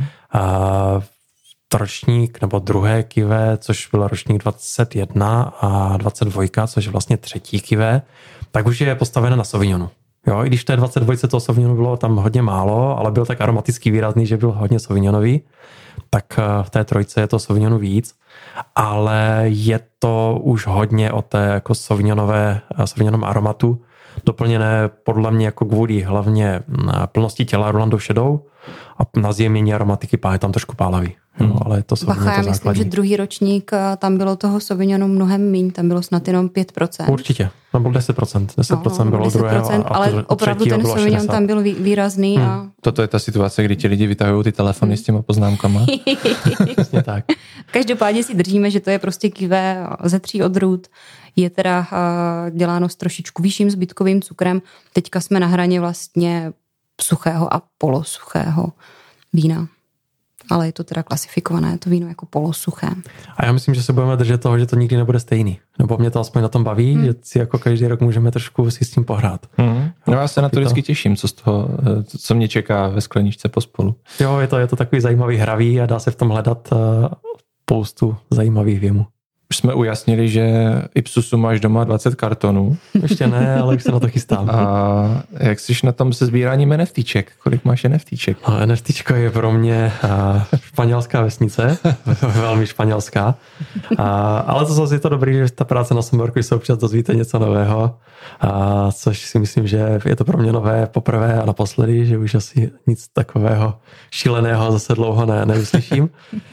Ročník nebo druhé kyvé, což byl ročník 21 a 22, což je vlastně třetí kyvé, tak už je postavené na Sauvignonu. Jo, i když v té 22 toho Sauvignonu bylo tam hodně málo, ale byl tak aromaticky výrazný, že byl hodně sauvignonový, tak v té trojce je to Sauvignonu víc, ale je to už hodně o té jako sauvignonovém aromatu, doplněné podle mě jako kvůli hlavně plnosti těla Rolandou Shadow a na zjemnění aromatiky je tam trošku pálavý. No, ale to Bacha, já myslím, že druhý ročník tam bylo toho Sauvignonu mnohem míň, tam bylo snad jenom 5%. Určitě, tam bylo 10%. 10% bylo 10%, druhého. Ale opravdu ten Sauvignon tam byl výrazný. A... Toto je ta situace, kdy ti lidi vytahují ty telefony s těma poznámkama. Přesně tak. Každopádně si držíme, že to je prostě kyvé ze 3 odrůd. Je teda děláno s trošičku vyšším zbytkovým cukrem. Teďka jsme na hraně vlastně suchého a polosuchého vína. Ale je to teda klasifikované, to víno jako polosuché. A já myslím, že se budeme držet toho, že to nikdy nebude stejný. Nebo mě to aspoň na tom baví, že si jako každý rok můžeme trošku si s tím pohrát. No já se na to vždycky těším, co mě čeká ve skleničce pospolu. Jo, je to takový zajímavý hravý a dá se v tom hledat spoustu zajímavých věmů. Už jsme ujasnili, že Ipsusu máš doma 20 kartonů. Ještě ne, ale už se na to chystám. A jak jsi na tom se sbíráním NFTček? Kolik máš NFTček? NFTčko je pro mě španělská vesnice, velmi španělská. Ale to zase je to dobrý, že ta práce na Sommerku se občas dozvíte něco nového, což si myslím, že je to pro mě nové poprvé a naposledy, že už asi nic takového šíleného zase dlouho neuslyším.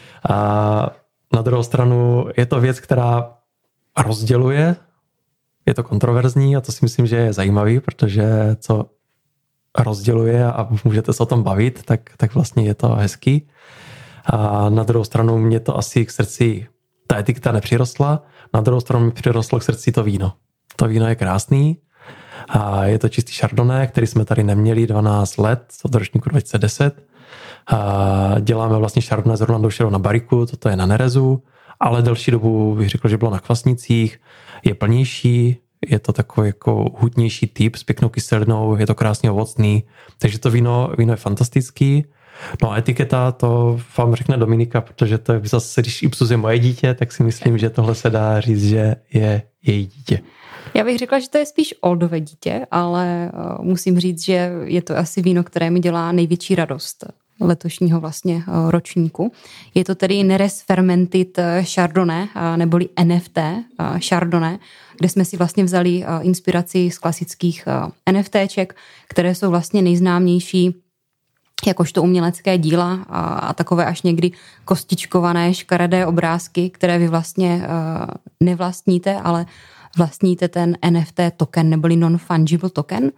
Na druhou stranu je to věc, která rozděluje, je to kontroverzní a to si myslím, že je zajímavý, protože co rozděluje a můžete se o tom bavit, tak vlastně je to hezký. A na druhou stranu mě to asi k srdci, ta etiketa nepřirostla, na druhou stranu mi přirostlo k srdci to víno. To víno je krásný a je to čistý Chardonnay, který jsme tady neměli 12 let, od ročníku 2010. Děláme vlastně Chardonnay s Rolandou Shadow na bariku, toto je na nerezu, ale delší dobu bych řekl, že bylo na kvasnicích, je plnější, je to takový jako hutnější typ s pěknou kyselinou, je to krásně ovocný, takže to víno je fantastický. No a etiketa, to vám řekne Dominika, protože to je zase, když Ipsus je moje dítě, tak si myslím, že tohle se dá říct, že je její dítě. Já bych řekla, že to je spíš Oldové dítě, ale musím říct, že je to asi víno, které mi dělá největší radost. letošního vlastně ročníku. Je to tedy Neres Fermented Chardonnay, neboli NFT Chardonnay, kde jsme si vlastně vzali inspiraci z klasických NFTček, které jsou vlastně nejznámější jakožto umělecké díla a takové až někdy kostičkované, škaredé obrázky, které vy vlastně nevlastníte, ale vlastníte ten NFT token neboli non-fungible token,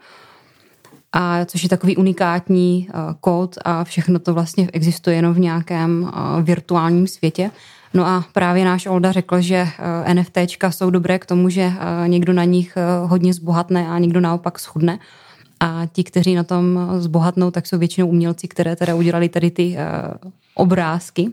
a což je takový unikátní kód a všechno to vlastně existuje jenom v nějakém virtuálním světě. No a právě náš Olda řekl, že NFTčka jsou dobré k tomu, že někdo na nich hodně zbohatne a někdo naopak schudne. A ti, kteří na tom zbohatnou, tak jsou většinou umělci, které teda udělali tady ty obrázky.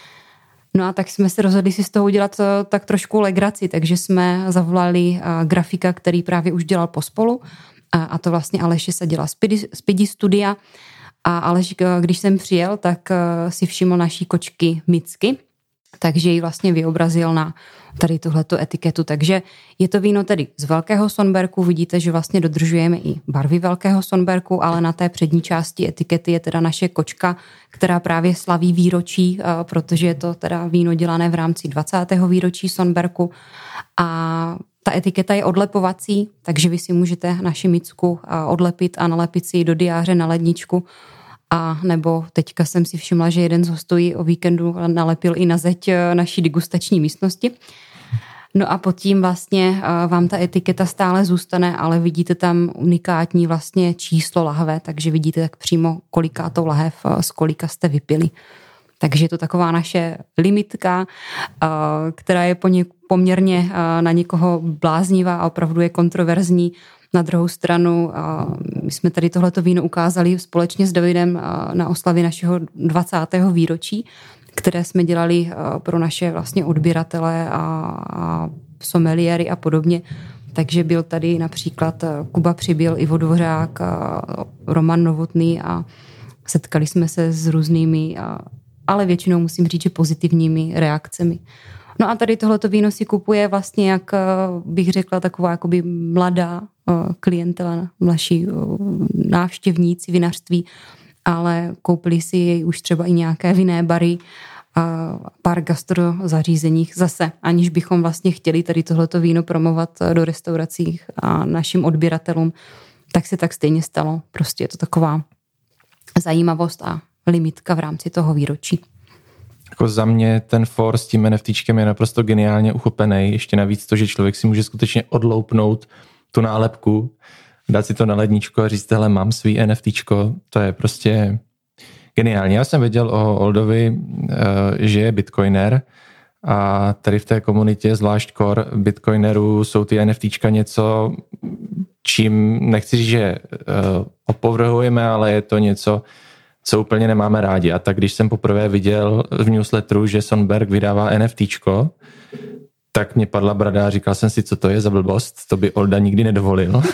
No a tak jsme se rozhodli si z toho udělat tak trošku legraci, takže jsme zavolali grafika, který právě už dělal pospolu, a to vlastně Aleši se dělá z Pidi Studia. A Aleš, když jsem přijel, tak si všiml naší kočky Micky, takže ji vlastně vyobrazil na tady tuhletu etiketu. Takže je to víno tedy z Velkého Sonberku. Vidíte, že vlastně dodržujeme i barvy Velkého Sonberku, ale na té přední části etikety je teda naše kočka, která právě slaví výročí, protože je to teda víno dělané v rámci 20. výročí Sonberku. A ta etiketa je odlepovací, takže vy si můžete naši Micku odlepit a nalepit si ji do diáře na ledničku. A nebo teďka jsem si všimla, že jeden z hostů o víkendu nalepil i na zeď naší degustační místnosti. No a pod tím vlastně vám ta etiketa stále zůstane, ale vidíte tam unikátní vlastně číslo lahve, takže vidíte tak přímo, kolikátou lahev, z kolika jste vypili. Takže je to taková naše limitka, která je poměrně na někoho bláznivá a opravdu je kontroverzní. Na druhou stranu, my jsme tady tohleto víno ukázali společně s Davidem na oslavě našeho 20. výročí, které jsme dělali pro naše vlastně odběratele a someliéry a podobně. Takže byl tady například Kuba Přibyl, Ivo Dvořák, Roman Novotný a setkali jsme se s různými, ale většinou musím říct, že pozitivními reakcemi. No a tady tohleto víno si kupuje vlastně, jak bych řekla, taková jakoby mladá klientela, mladší návštěvníci vinařství, ale koupili si jej už třeba i nějaké vinné bary a pár gastrozařízeních zase, aniž bychom vlastně chtěli tady tohleto víno promovat do restaurací a našim odběratelům, tak se tak stejně stalo. Prostě je to taková zajímavost a limitka v rámci toho výročí. Jako za mě ten for s tím NFTčkem je naprosto geniálně uchopený. Ještě navíc to, že člověk si může skutečně odloupnout tu nálepku, dát si to na ledničku a říct, hele, mám svý NFTčko. To je prostě geniální. Já jsem věděl o Oldovi, že je bitcoiner a tady v té komunitě, zvlášť core bitcoinerů, jsou ty NFTčka něco, čím nechci říct, že opovrhujeme, ale je to něco, co úplně nemáme rádi. A tak když jsem poprvé viděl v newsletteru, že Sonberg vydává NFTčko, tak mě padla brada a říkal jsem si, co to je za blbost, to by Olda nikdy nedovolil.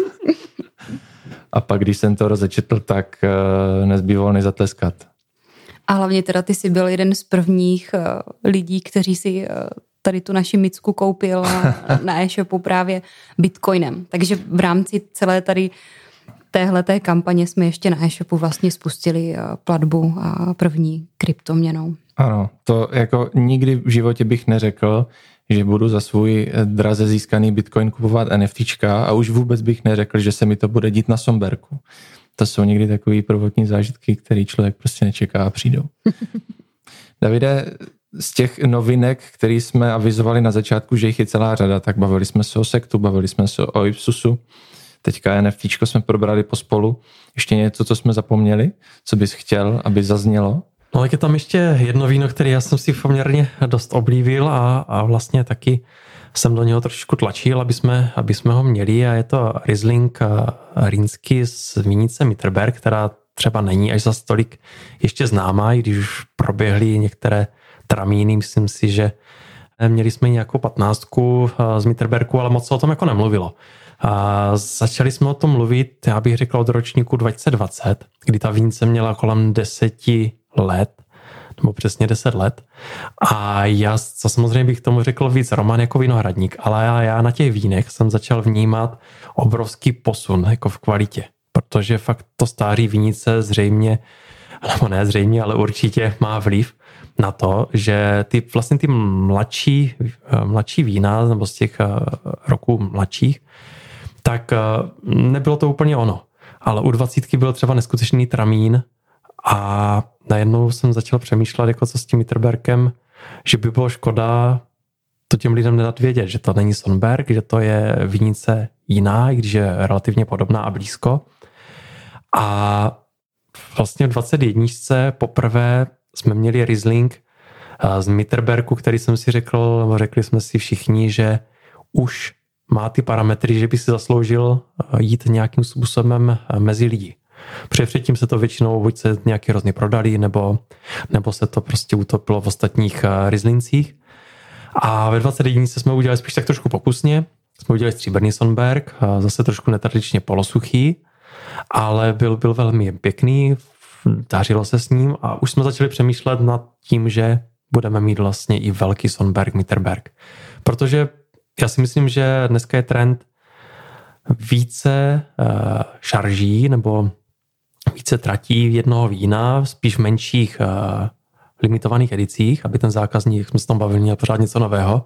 A pak, když jsem to rozečetl, tak nezbývalo než zatleskat. A hlavně teda ty jsi byl jeden z prvních lidí, kteří si tady tu naši Micku koupil na e-shopu právě bitcoinem. Takže v rámci celé tady téhleté kampaně jsme ještě na e-shopu vlastně spustili platbu a první kryptoměnou. Ano, to jako nikdy v životě bych neřekl, že budu za svůj draze získaný bitcoin kupovat NFTčka a už vůbec bych neřekl, že se mi to bude dít na Sonberku. To jsou někdy takový prvotní zážitky, který člověk prostě nečeká a přijdou. Davide, z těch novinek, které jsme avizovali na začátku, že jich je celá řada, tak bavili jsme se o Sektu, bavili jsme se o Ipsusu, teďka NFTčko jsme probrali pospolu. Ještě něco, co jsme zapomněli, co bys chtěl, aby zaznělo? No, tak je tam ještě jedno víno, které já jsem si poměrně dost oblíbil a vlastně taky jsem do něho trošičku tlačil, aby jsme ho měli, a je to Riesling rýnský z vinice Mitterberg, která třeba není až za tolik ještě známá, i když už proběhly některé tramíny, myslím si, že měli jsme nějakou 15 z Mitterbergu, ale moc se o tom jako nemluvilo. A začali jsme o tom mluvit, já bych řekl, od ročníku 2020, kdy ta vinice měla kolem 10 let, nebo přesně 10 let. A já samozřejmě bych tomu řekl víc Roman jako vinohradník, ale já na těch vínech jsem začal vnímat obrovský posun jako v kvalitě, protože fakt to stáří vinice zřejmě nebo ne zřejmě, ale určitě má vliv na to, že ty mladší vína, nebo z těch roků mladších, tak nebylo to úplně ono. Ale u 20 byl třeba neskutečný tramín a najednou jsem začal přemýšlet, jako co s tím Mitterbergem, že by bylo škoda to těm lidem nedat vědět, že to není Sonberg, že to je vinice jiná, i když je relativně podobná a blízko. A vlastně v 21. poprvé jsme měli Riesling z Mitterbergu, který jsem si řekli jsme si všichni, že už má ty parametry, že by si zasloužil jít nějakým způsobem mezi lidi. Protože předtím se to většinou buď se nějaký hrozně prodali, nebo se to prostě utopilo v ostatních Rieslincích. A ve 21. jsme udělali spíš tak trošku pokusně. Jsme udělali stříbrný Sonberg, zase trošku netradičně polosuchý, ale byl velmi pěkný, dařilo se s ním a už jsme začali přemýšlet nad tím, že budeme mít vlastně i velký Sonberg, Mitterberg. Protože já si myslím, že dneska je trend více šarží nebo více tratí jednoho vína, spíš v menších limitovaných edicích, aby ten zákazník, jak jsme se tam bavili, měl pořád něco nového.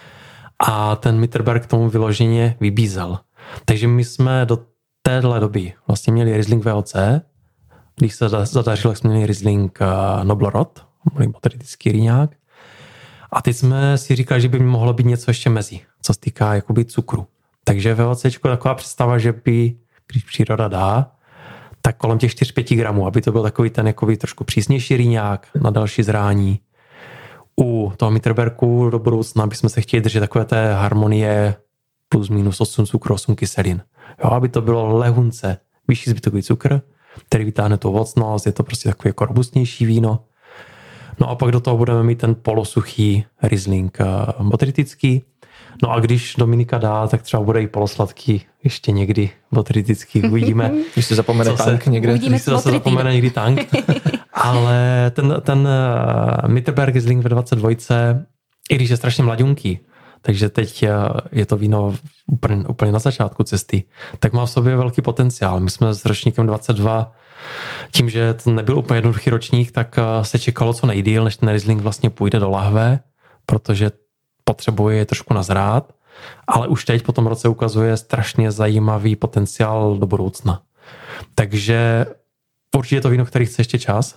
A ten Mitterberg k tomu vyloženě vybízel. Takže my jsme do téhle doby vlastně měli Riesling VOC, když se zadařilo, jak jsme měli Riesling Noblerot, motoristický rýňák. A teď jsme si říkali, že by mohlo být něco ještě mezi, co se týká jakoby cukru. Takže VOC je taková představa, že by, když příroda dá, tak kolem těch 4-5 gramů, aby to byl takový ten jakoby trošku přísnější rýňák na další zrání. U toho Mitterbergu do budoucna bychom se chtěli držet takové té harmonie plus minus 8 cukru, 8 kyselin. Jo, aby to bylo lehunce vyšší zbytkový cukr, který vytáhne tu ovocnost, je to prostě takový jako robustnější víno. No a pak do toho budeme mít ten polosuchý Riesling botrytický. No a když Dominika dá, tak třeba bude i polosladký ještě někdy botrytický. Uvidíme. Když se zapomene tank někde. Když se zase zapomene někdy tank. Ale ten Mitterberg Riesling ve 22, i když je strašně mladunký, takže teď je to víno úplně na začátku cesty, tak má v sobě velký potenciál. My jsme s ročníkem 22, tím, že to nebyl úplně jednoduchý ročník, tak se čekalo co nejdýl, než ten Riesling vlastně půjde do lahve, protože potřebuje je trošku nazrát, ale už teď po tom roce ukazuje strašně zajímavý potenciál do budoucna. Takže určitě je to víno, který chce ještě čas,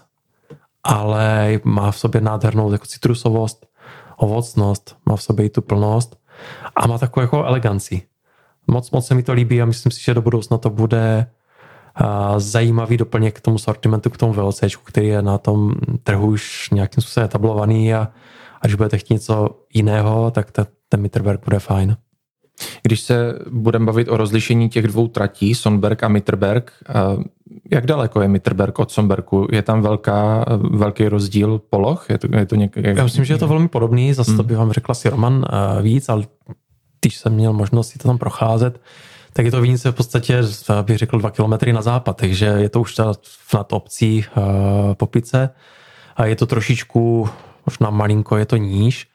ale má v sobě nádhernou jako citrusovost, ovocnost, má v sobě i tu plnost a má takovou jako eleganci. Moc se mi to líbí a myslím si, že do budoucna to bude zajímavý doplněk k tomu sortimentu, k tomu VOCčku, který je na tom trhu už nějakým způsobem etablovaný a až budete chtít něco jiného, tak ten Mitterberg bude fajn. Když se budeme bavit o rozlišení těch dvou tratí, Sonberg a Mitterberg, jak daleko je Mitterberg od Sonbergu? Je tam velký rozdíl poloh? Je to Já myslím, že je to velmi podobný, zase to by vám řekla si Roman víc, ale když jsem měl možnost si to tam procházet, tak je to vinice v podstatě, bych řekl, 2 kilometry na západ, takže je to už nad obcí Popice a je to trošičku, možná malinko je to níž.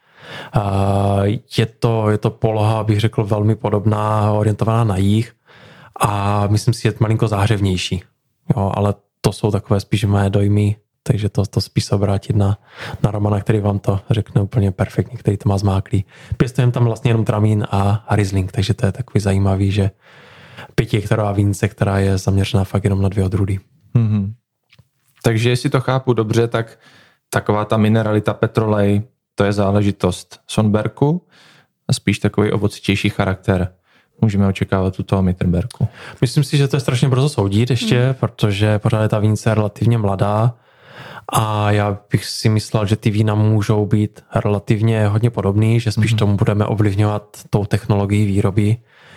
Je to poloha, bych řekl, velmi podobná, orientovaná na jih a myslím si, že je malinko záhřevnější. Jo, ale to jsou takové spíš moje dojmy, takže to spíš se obrátit na Romana, který vám to řekne úplně perfektně, který to má zmáklý. Pěstujeme tam vlastně jenom tramín a Riesling, takže to je takový zajímavý, že 5hektarová vinice, která je zaměřená fakt jenom na 2 odrůdy. Mm-hmm. Takže jestli to chápu dobře, tak taková ta mineralita, petrolej, to je záležitost Sonbergu a spíš takový ovocitější charakter můžeme očekávat u toho Mitterbergu. Myslím si, že to je strašně brzo soudit ještě, protože pořád je ta vinice relativně mladá a já bych si myslel, že ty vína můžou být relativně hodně podobný, že spíš tomu budeme ovlivňovat tou technologií výroby.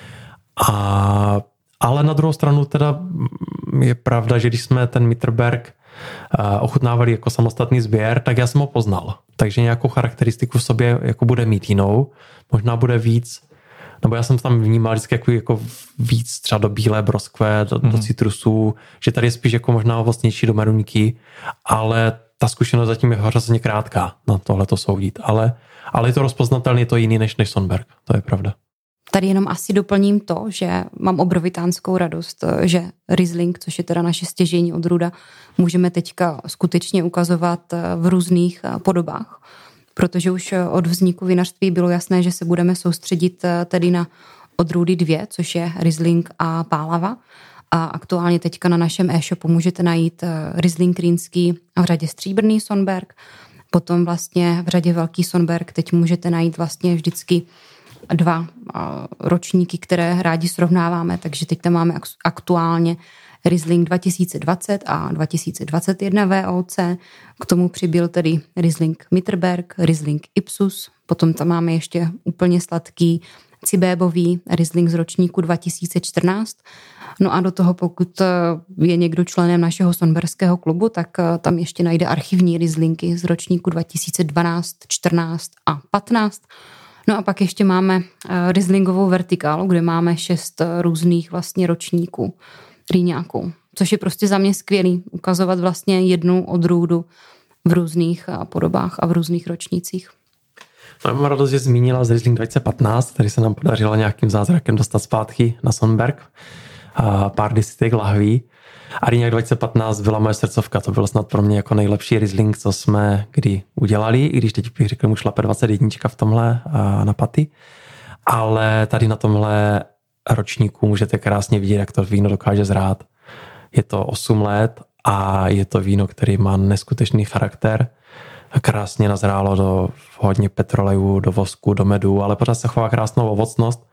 Ale na druhou stranu teda je pravda, že když jsme ten Mitterberg ochutnávali jako samostatný sběr, tak já jsem ho poznal. Takže nějakou charakteristiku v sobě jako bude mít jinou. Možná bude víc, nebo já jsem tam vnímal vždycky jako víc třeba do bílé broskve, do citrusů, že tady je spíš jako možná ovocnější do meruňky, ale ta zkušenost zatím je hrozně krátká na tohle to soudit. Ale je to rozpoznatelné, je to jiný než Sonberg, to je pravda. Tady jenom asi doplním to, že mám obrovitánskou radost, že Riesling, což je teda naše stěžejní odrůda, můžeme teďka skutečně ukazovat v různých podobách. Protože už od vzniku vinařství bylo jasné, že se budeme soustředit tedy na odrůdy 2, což je Riesling a Pálava. A aktuálně teďka na našem e-shopu můžete najít Riesling rýnský v řadě stříbrný Sonberg, potom vlastně v řadě velký Sonberg teď můžete najít vlastně vždycky 2 ročníky, které rádi srovnáváme, takže teď tam máme aktuálně Riesling 2020 a 2021 VOC, k tomu přibyl tedy Riesling Mitterberg, Riesling Ipsus, potom tam máme ještě úplně sladký cibébový Riesling z ročníku 2014. No a do toho, pokud je někdo členem našeho sonberského klubu, tak tam ještě najde archivní Rieslingy z ročníku 2012, 14 a 15. No a pak ještě máme Rieslingovou vertikálu, kde máme 6 různých vlastně ročníků rýňáků, což je prostě za mě skvělý, ukazovat vlastně jednu odrůdu v různých podobách a v různých ročnících. No, mám radost, že zmínila z Riesling 2015, který se nám podařilo nějakým zázrakem dostat zpátky na Sonberg. Pár desítek lahví. A Rýňák 2015 byla moje srdcovka. To bylo snad pro mě jako nejlepší Riesling, co jsme kdy udělali, i když teď bych řekl, mu šlape 21 v tomhle na paty. Ale tady na tomhle ročníku můžete krásně vidět, jak to víno dokáže zrát. Je to 8 let a je to víno, který má neskutečný charakter. Krásně nazrálo do hodně petrolejů, do vosku, do medu, ale pořád se chová krásnou ovocnost.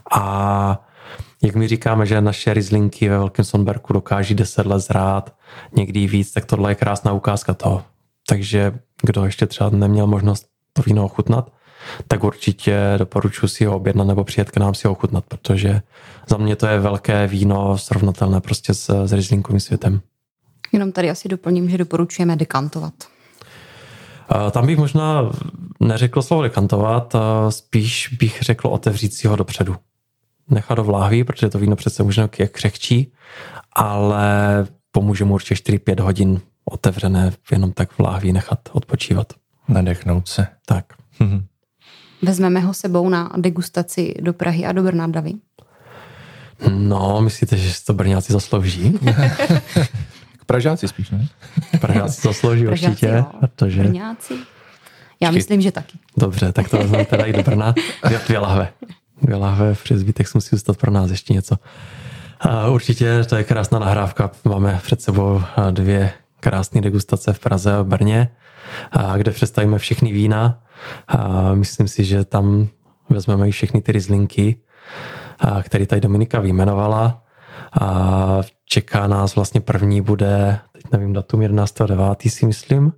A jak my říkáme, že naše Rieslingy ve Velkém Sonbergu dokáží 10 let zrát, někdy víc, tak tohle je krásná ukázka toho. Takže kdo ještě třeba neměl možnost to víno ochutnat, tak určitě doporučuji si ho objednat nebo přijet k nám si ho ochutnat, protože za mě to je velké víno srovnatelné prostě s Rieslingovým světem. Jenom tady asi doplním, že doporučujeme dekantovat. Tam bych možná neřekl slovo dekantovat, spíš bych řekl otevřít si ho dopředu. Nechat do vláhví, protože to víno přece možná je křehčí, ale pomůže mu určitě 4-5 hodin otevřené jenom tak v láhví nechat odpočívat. Nadechnout se. Tak. Vezmeme ho sebou na degustaci do Prahy a do Brna, Davi? No, myslíte, že si to Brňáci zaslouží? Pražáci spíš, ne? Pražáci zaslouží určitě. Protože... Brňáci? Já myslím, že taky. Dobře, tak to vezmeme teda i do Brna. 2 lahve. 2 lahve, přes zbytek musí zůstat pro nás ještě něco. Určitě to je krásná nahrávka. Máme před sebou 2 krásné degustace v Praze a v Brně, kde představíme všechny vína. Myslím si, že tam vezmeme i všechny ty Rieslingy, které tady Dominika vyjmenovala. Čeká nás vlastně první bude, teď nevím datum, 11.9. si myslím.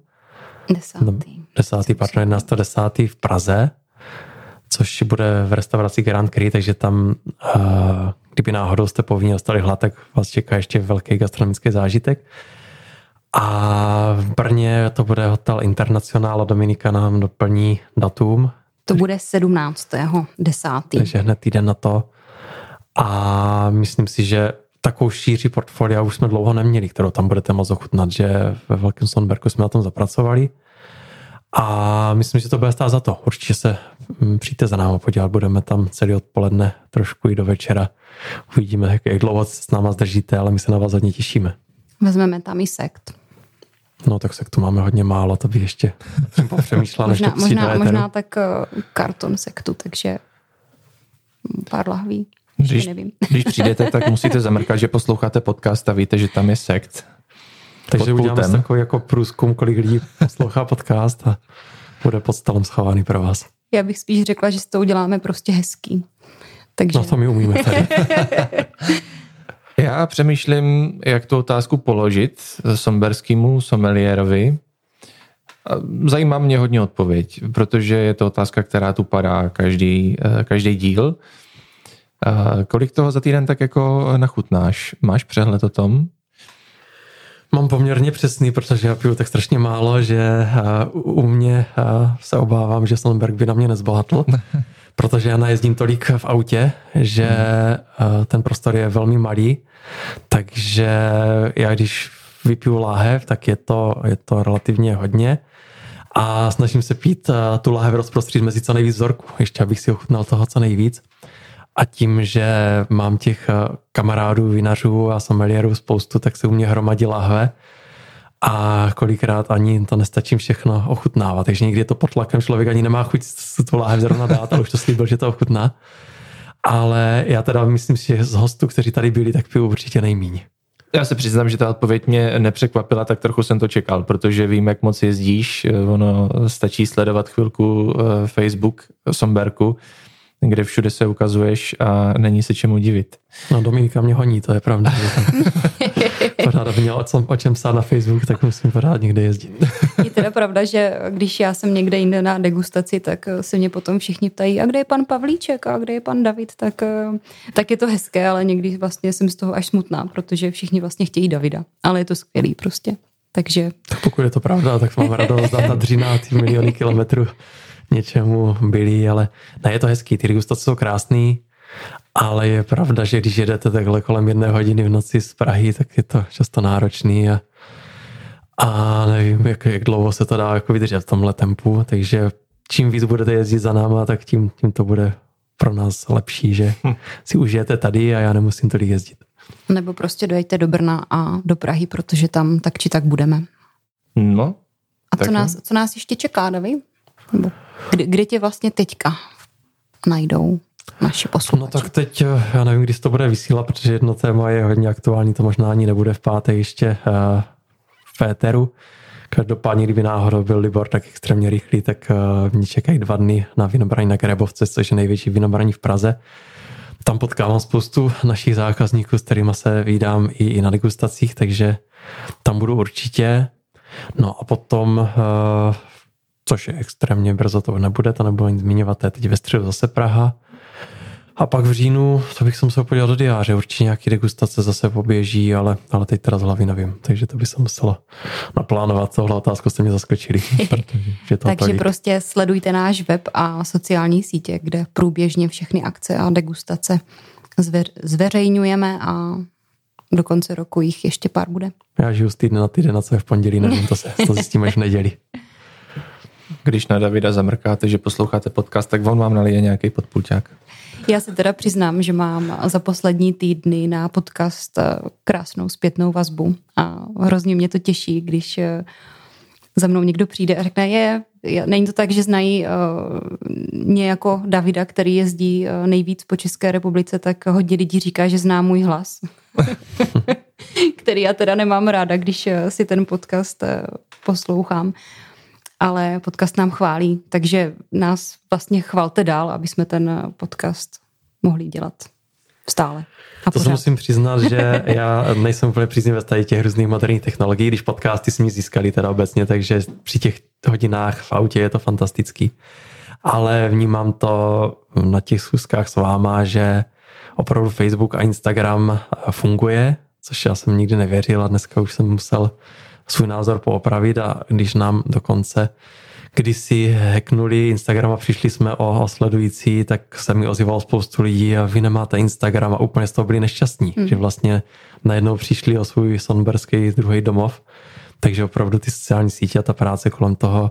10. pardon, 11.10. v Praze, což bude v restauraci Grand Cru, takže tam, kdyby náhodou jste po víně dostali hlad, tak vás čeká ještě velký gastronomický zážitek. A v Brně to bude Hotel Internacionál a Dominika nám doplní datum. To bude 17.10. Takže hned týden na to. A myslím si, že takovou šíři portfolia už jsme dlouho neměli, kterou tam budete moct ochutnat, že ve Velkém Sonbergu jsme na tom zapracovali. A myslím, že to bude stát za to. Určitě se přijďte za náma podívat, budeme tam celý odpoledne, trošku i do večera. Uvidíme, jak dlouho se s náma zdržíte, ale my se na vás hodně těšíme. Vezmeme tam i sekt. No tak sektu máme hodně málo, to bych ještě popřemýšlela. možná tak karton sektu, takže pár lahví. Když přijdete, tak musíte zamrkat, že posloucháte podcast a víte, že tam je sekt. Takže uděláme takový jako průzkum, kolik lidí poslouchá podcast a bude pod stolem schovaný pro vás. Já bych spíš řekla, že si to uděláme prostě hezký. Takže... No to my umíme tady. Já přemýšlím, jak tu otázku položit somberskému somelierovi. Zajímá mě hodně odpověď, protože je to otázka, která tu padá každý díl. Kolik toho za týden tak jako nachutnáš? Máš přehled o tom? Mám poměrně přesný, protože já piju tak strašně málo, že u mě se obávám, že Sonberg by na mě nezbohatl, protože já najezdím tolik v autě, že ten prostor je velmi malý, takže já když vypiju láhev, tak je to relativně hodně a snažím se pít tu láhev rozprostřít mezi co nejvíc vzorků, ještě abych si ochutnal toho co nejvíc. A tím, že mám těch kamarádů, vinařů a sommeliérů spoustu, tak se u mě hromadí lahve a kolikrát ani to nestačím všechno ochutnávat. Takže někdy je to pod tlakem, člověk ani nemá chuť tu láhev zrovna dát, ale už to slíbil, že to ochutná. Ale já teda myslím si, že z hostů, kteří tady byli, tak piju určitě nejmíň. Já se přiznám, že ta odpověď mě nepřekvapila, tak trochu jsem to čekal, protože vím, jak moc jezdíš. Ono stačí sledovat chvilku Facebook Somberku, kde všude se ukazuješ a není se čemu divit. No Dominika mě honí, to je pravda. Pořád měl o čem psát na Facebook, tak musím pořád někde jezdit. Je teda pravda, že když já jsem někde jinde na degustaci, tak se mě potom všichni ptají, a kde je pan Pavlíček a kde je pan David, tak je to hezké, ale někdy vlastně jsem z toho až smutná, protože všichni vlastně chtějí Davida, ale je to skvělý prostě. Takže... Tak pokud je to pravda, tak mám radost dát ta dřina ty miliony kilometrů něčemu byli, ale ne, je to hezký, ty degustace jsou krásný, ale je pravda, že když jedete takhle kolem 1 hodiny v noci z Prahy, tak je to často náročný a nevím, jak dlouho se to dá jako vydržet v tomhle tempu, takže čím víc budete jezdit za náma, tak tím to bude pro nás lepší, že si užijete tady a já nemusím tolik jezdit. Nebo prostě dojeďte do Brna a do Prahy, protože tam tak či tak budeme. No. A co nás ještě čeká, David? Nebo kde tě vlastně teďka najdou naši posluchači? No tak teď, já nevím, kdy to bude vysílat, protože jedno téma je hodně aktuální, to možná ani nebude v pátek ještě v éteru. Každopádně, kdyby náhodou byl Libor tak extrémně rychlý, tak mě čekají 2 dny na vinobraní na Grebovce, což je největší vinobraní v Praze. Tam potkávám spoustu našich zákazníků, s kterými se vídám i na degustacích, takže tam budu určitě. No a potom, což je extrémně brzo, to nebude nic zmiňovat, to je teď ve středu zase Praha. A pak v říjnu, to bych se musel podívat do diáře, určitě nějaký degustace zase poběží, ale teď teda z hlavy nevím, takže to by se muselo naplánovat. Tohle otázku jste mě zaskočili. Takže prostě sledujte náš web a sociální sítě, kde průběžně všechny akce a degustace zveřejňujeme a do konce roku jich ještě pár bude. Já žiju z týdne na týden, a co je v pondělí, nevím, to zjistíme až v neděli. Když na Davida zamrkáte, že posloucháte podcast, tak on vám nalije nějaký podpulťák. Já se teda přiznám, že mám za poslední týdny na podcast krásnou zpětnou vazbu a hrozně mě to těší, když za mnou někdo přijde a řekne, není to tak, že znají mě jako Davida, který jezdí nejvíc po České republice, tak hodně lidí říká, že zná můj hlas. Který já teda nemám ráda, když si ten podcast poslouchám. Ale podcast nám chválí, takže nás vlastně chvalte dál, aby jsme ten podcast mohli dělat stále. To se musím přiznat, že já nejsem úplně příznivec tady těch různých moderních technologií, když podcasty jsme získali teda obecně, takže při těch hodinách v autě je to fantastický. Ale vnímám to na těch schůzkách s váma, že opravdu Facebook a Instagram funguje, což já jsem nikdy nevěřil a dneska už jsem musel svůj názor poopravit a když nám dokonce kdysi hacknuli Instagram a přišli jsme o sledující, tak se mi ozývalo spoustu lidí a vy nemáte Instagram a úplně z toho byli nešťastní, že vlastně najednou přišli o svůj sonberský druhý domov, takže opravdu ty sociální sítě a ta práce kolem toho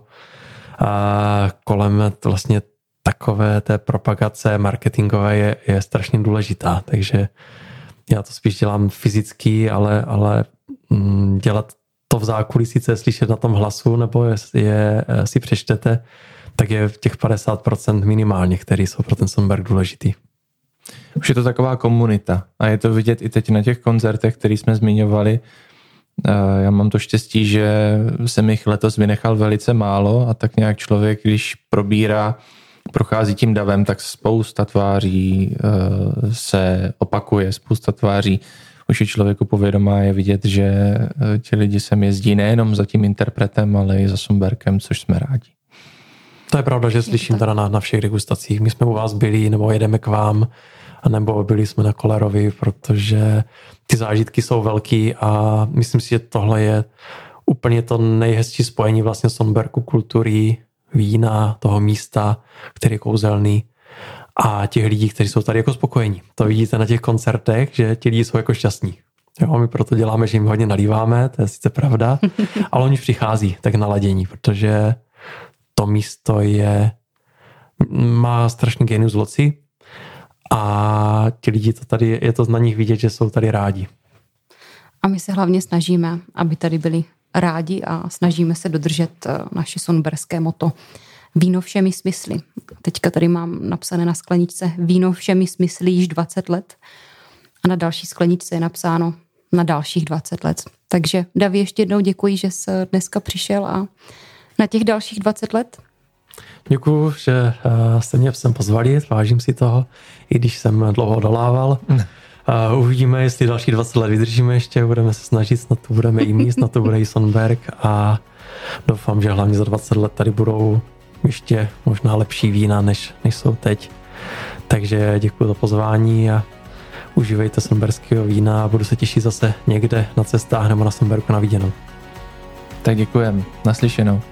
a kolem vlastně takové té propagace marketingové je strašně důležitá, takže já to spíš dělám fyzicky, ale dělat to v zákulisí, co je slyšet na tom hlasu, nebo si přečtete, tak je těch 50% minimálně, který jsou pro ten Sonberg důležitý. Už je to taková komunita a je to vidět i teď na těch koncertech, který jsme zmiňovali. Já mám to štěstí, že jsem jich letos vynechal velice málo a tak nějak člověk, když prochází tím davem, tak spousta tváří se opakuje, spousta tváří už je člověku povědomá, je vidět, že ti lidi sem jezdí nejenom za tím interpretem, ale i za Sonberkem, což jsme rádi. To je pravda, že slyším teda na všech degustacích. My jsme u vás byli, nebo jedeme k vám, nebo byli jsme na Kolerovi, protože ty zážitky jsou velký a myslím si, že tohle je úplně to nejhezčí spojení vlastně Sonberku, kultury, vína, toho místa, který je kouzelný a těch lidí, kteří jsou tady jako spokojení. To vidíte na těch koncertech, že ti lidi jsou jako šťastní. Jo, my proto děláme, že jim hodně nalíváme, to je sice pravda, ale oni přichází tak naladění, protože to místo má strašný genius loci a ti lidi to tady, je to na nich vidět, že jsou tady rádi. A my se hlavně snažíme, aby tady byli rádi a snažíme se dodržet naše sonberské motto víno všemi smysly. Teďka tady mám napsané na skleničce víno všemi smysly již 20 let a na další skleničce je napsáno na dalších 20 let. Takže Davi, ještě jednou děkuji, že jsi dneska přišel a na těch dalších 20 let. Děkuju, že jste mě sem pozvali, vážím si toho, i když jsem dlouho odolával. Uvidíme, jestli další 20 let vydržíme ještě, budeme se snažit, snad to budeme i my, snad to bude i Sonberg a doufám, že hlavně za 20 let tady budou ještě možná lepší vína, než jsou teď. Takže děkuji za pozvání a užívejte sonberského vína a budu se těšit zase někde na cestách nebo na Sonbergu na viděnou. Tak děkujem. Naslyšenou.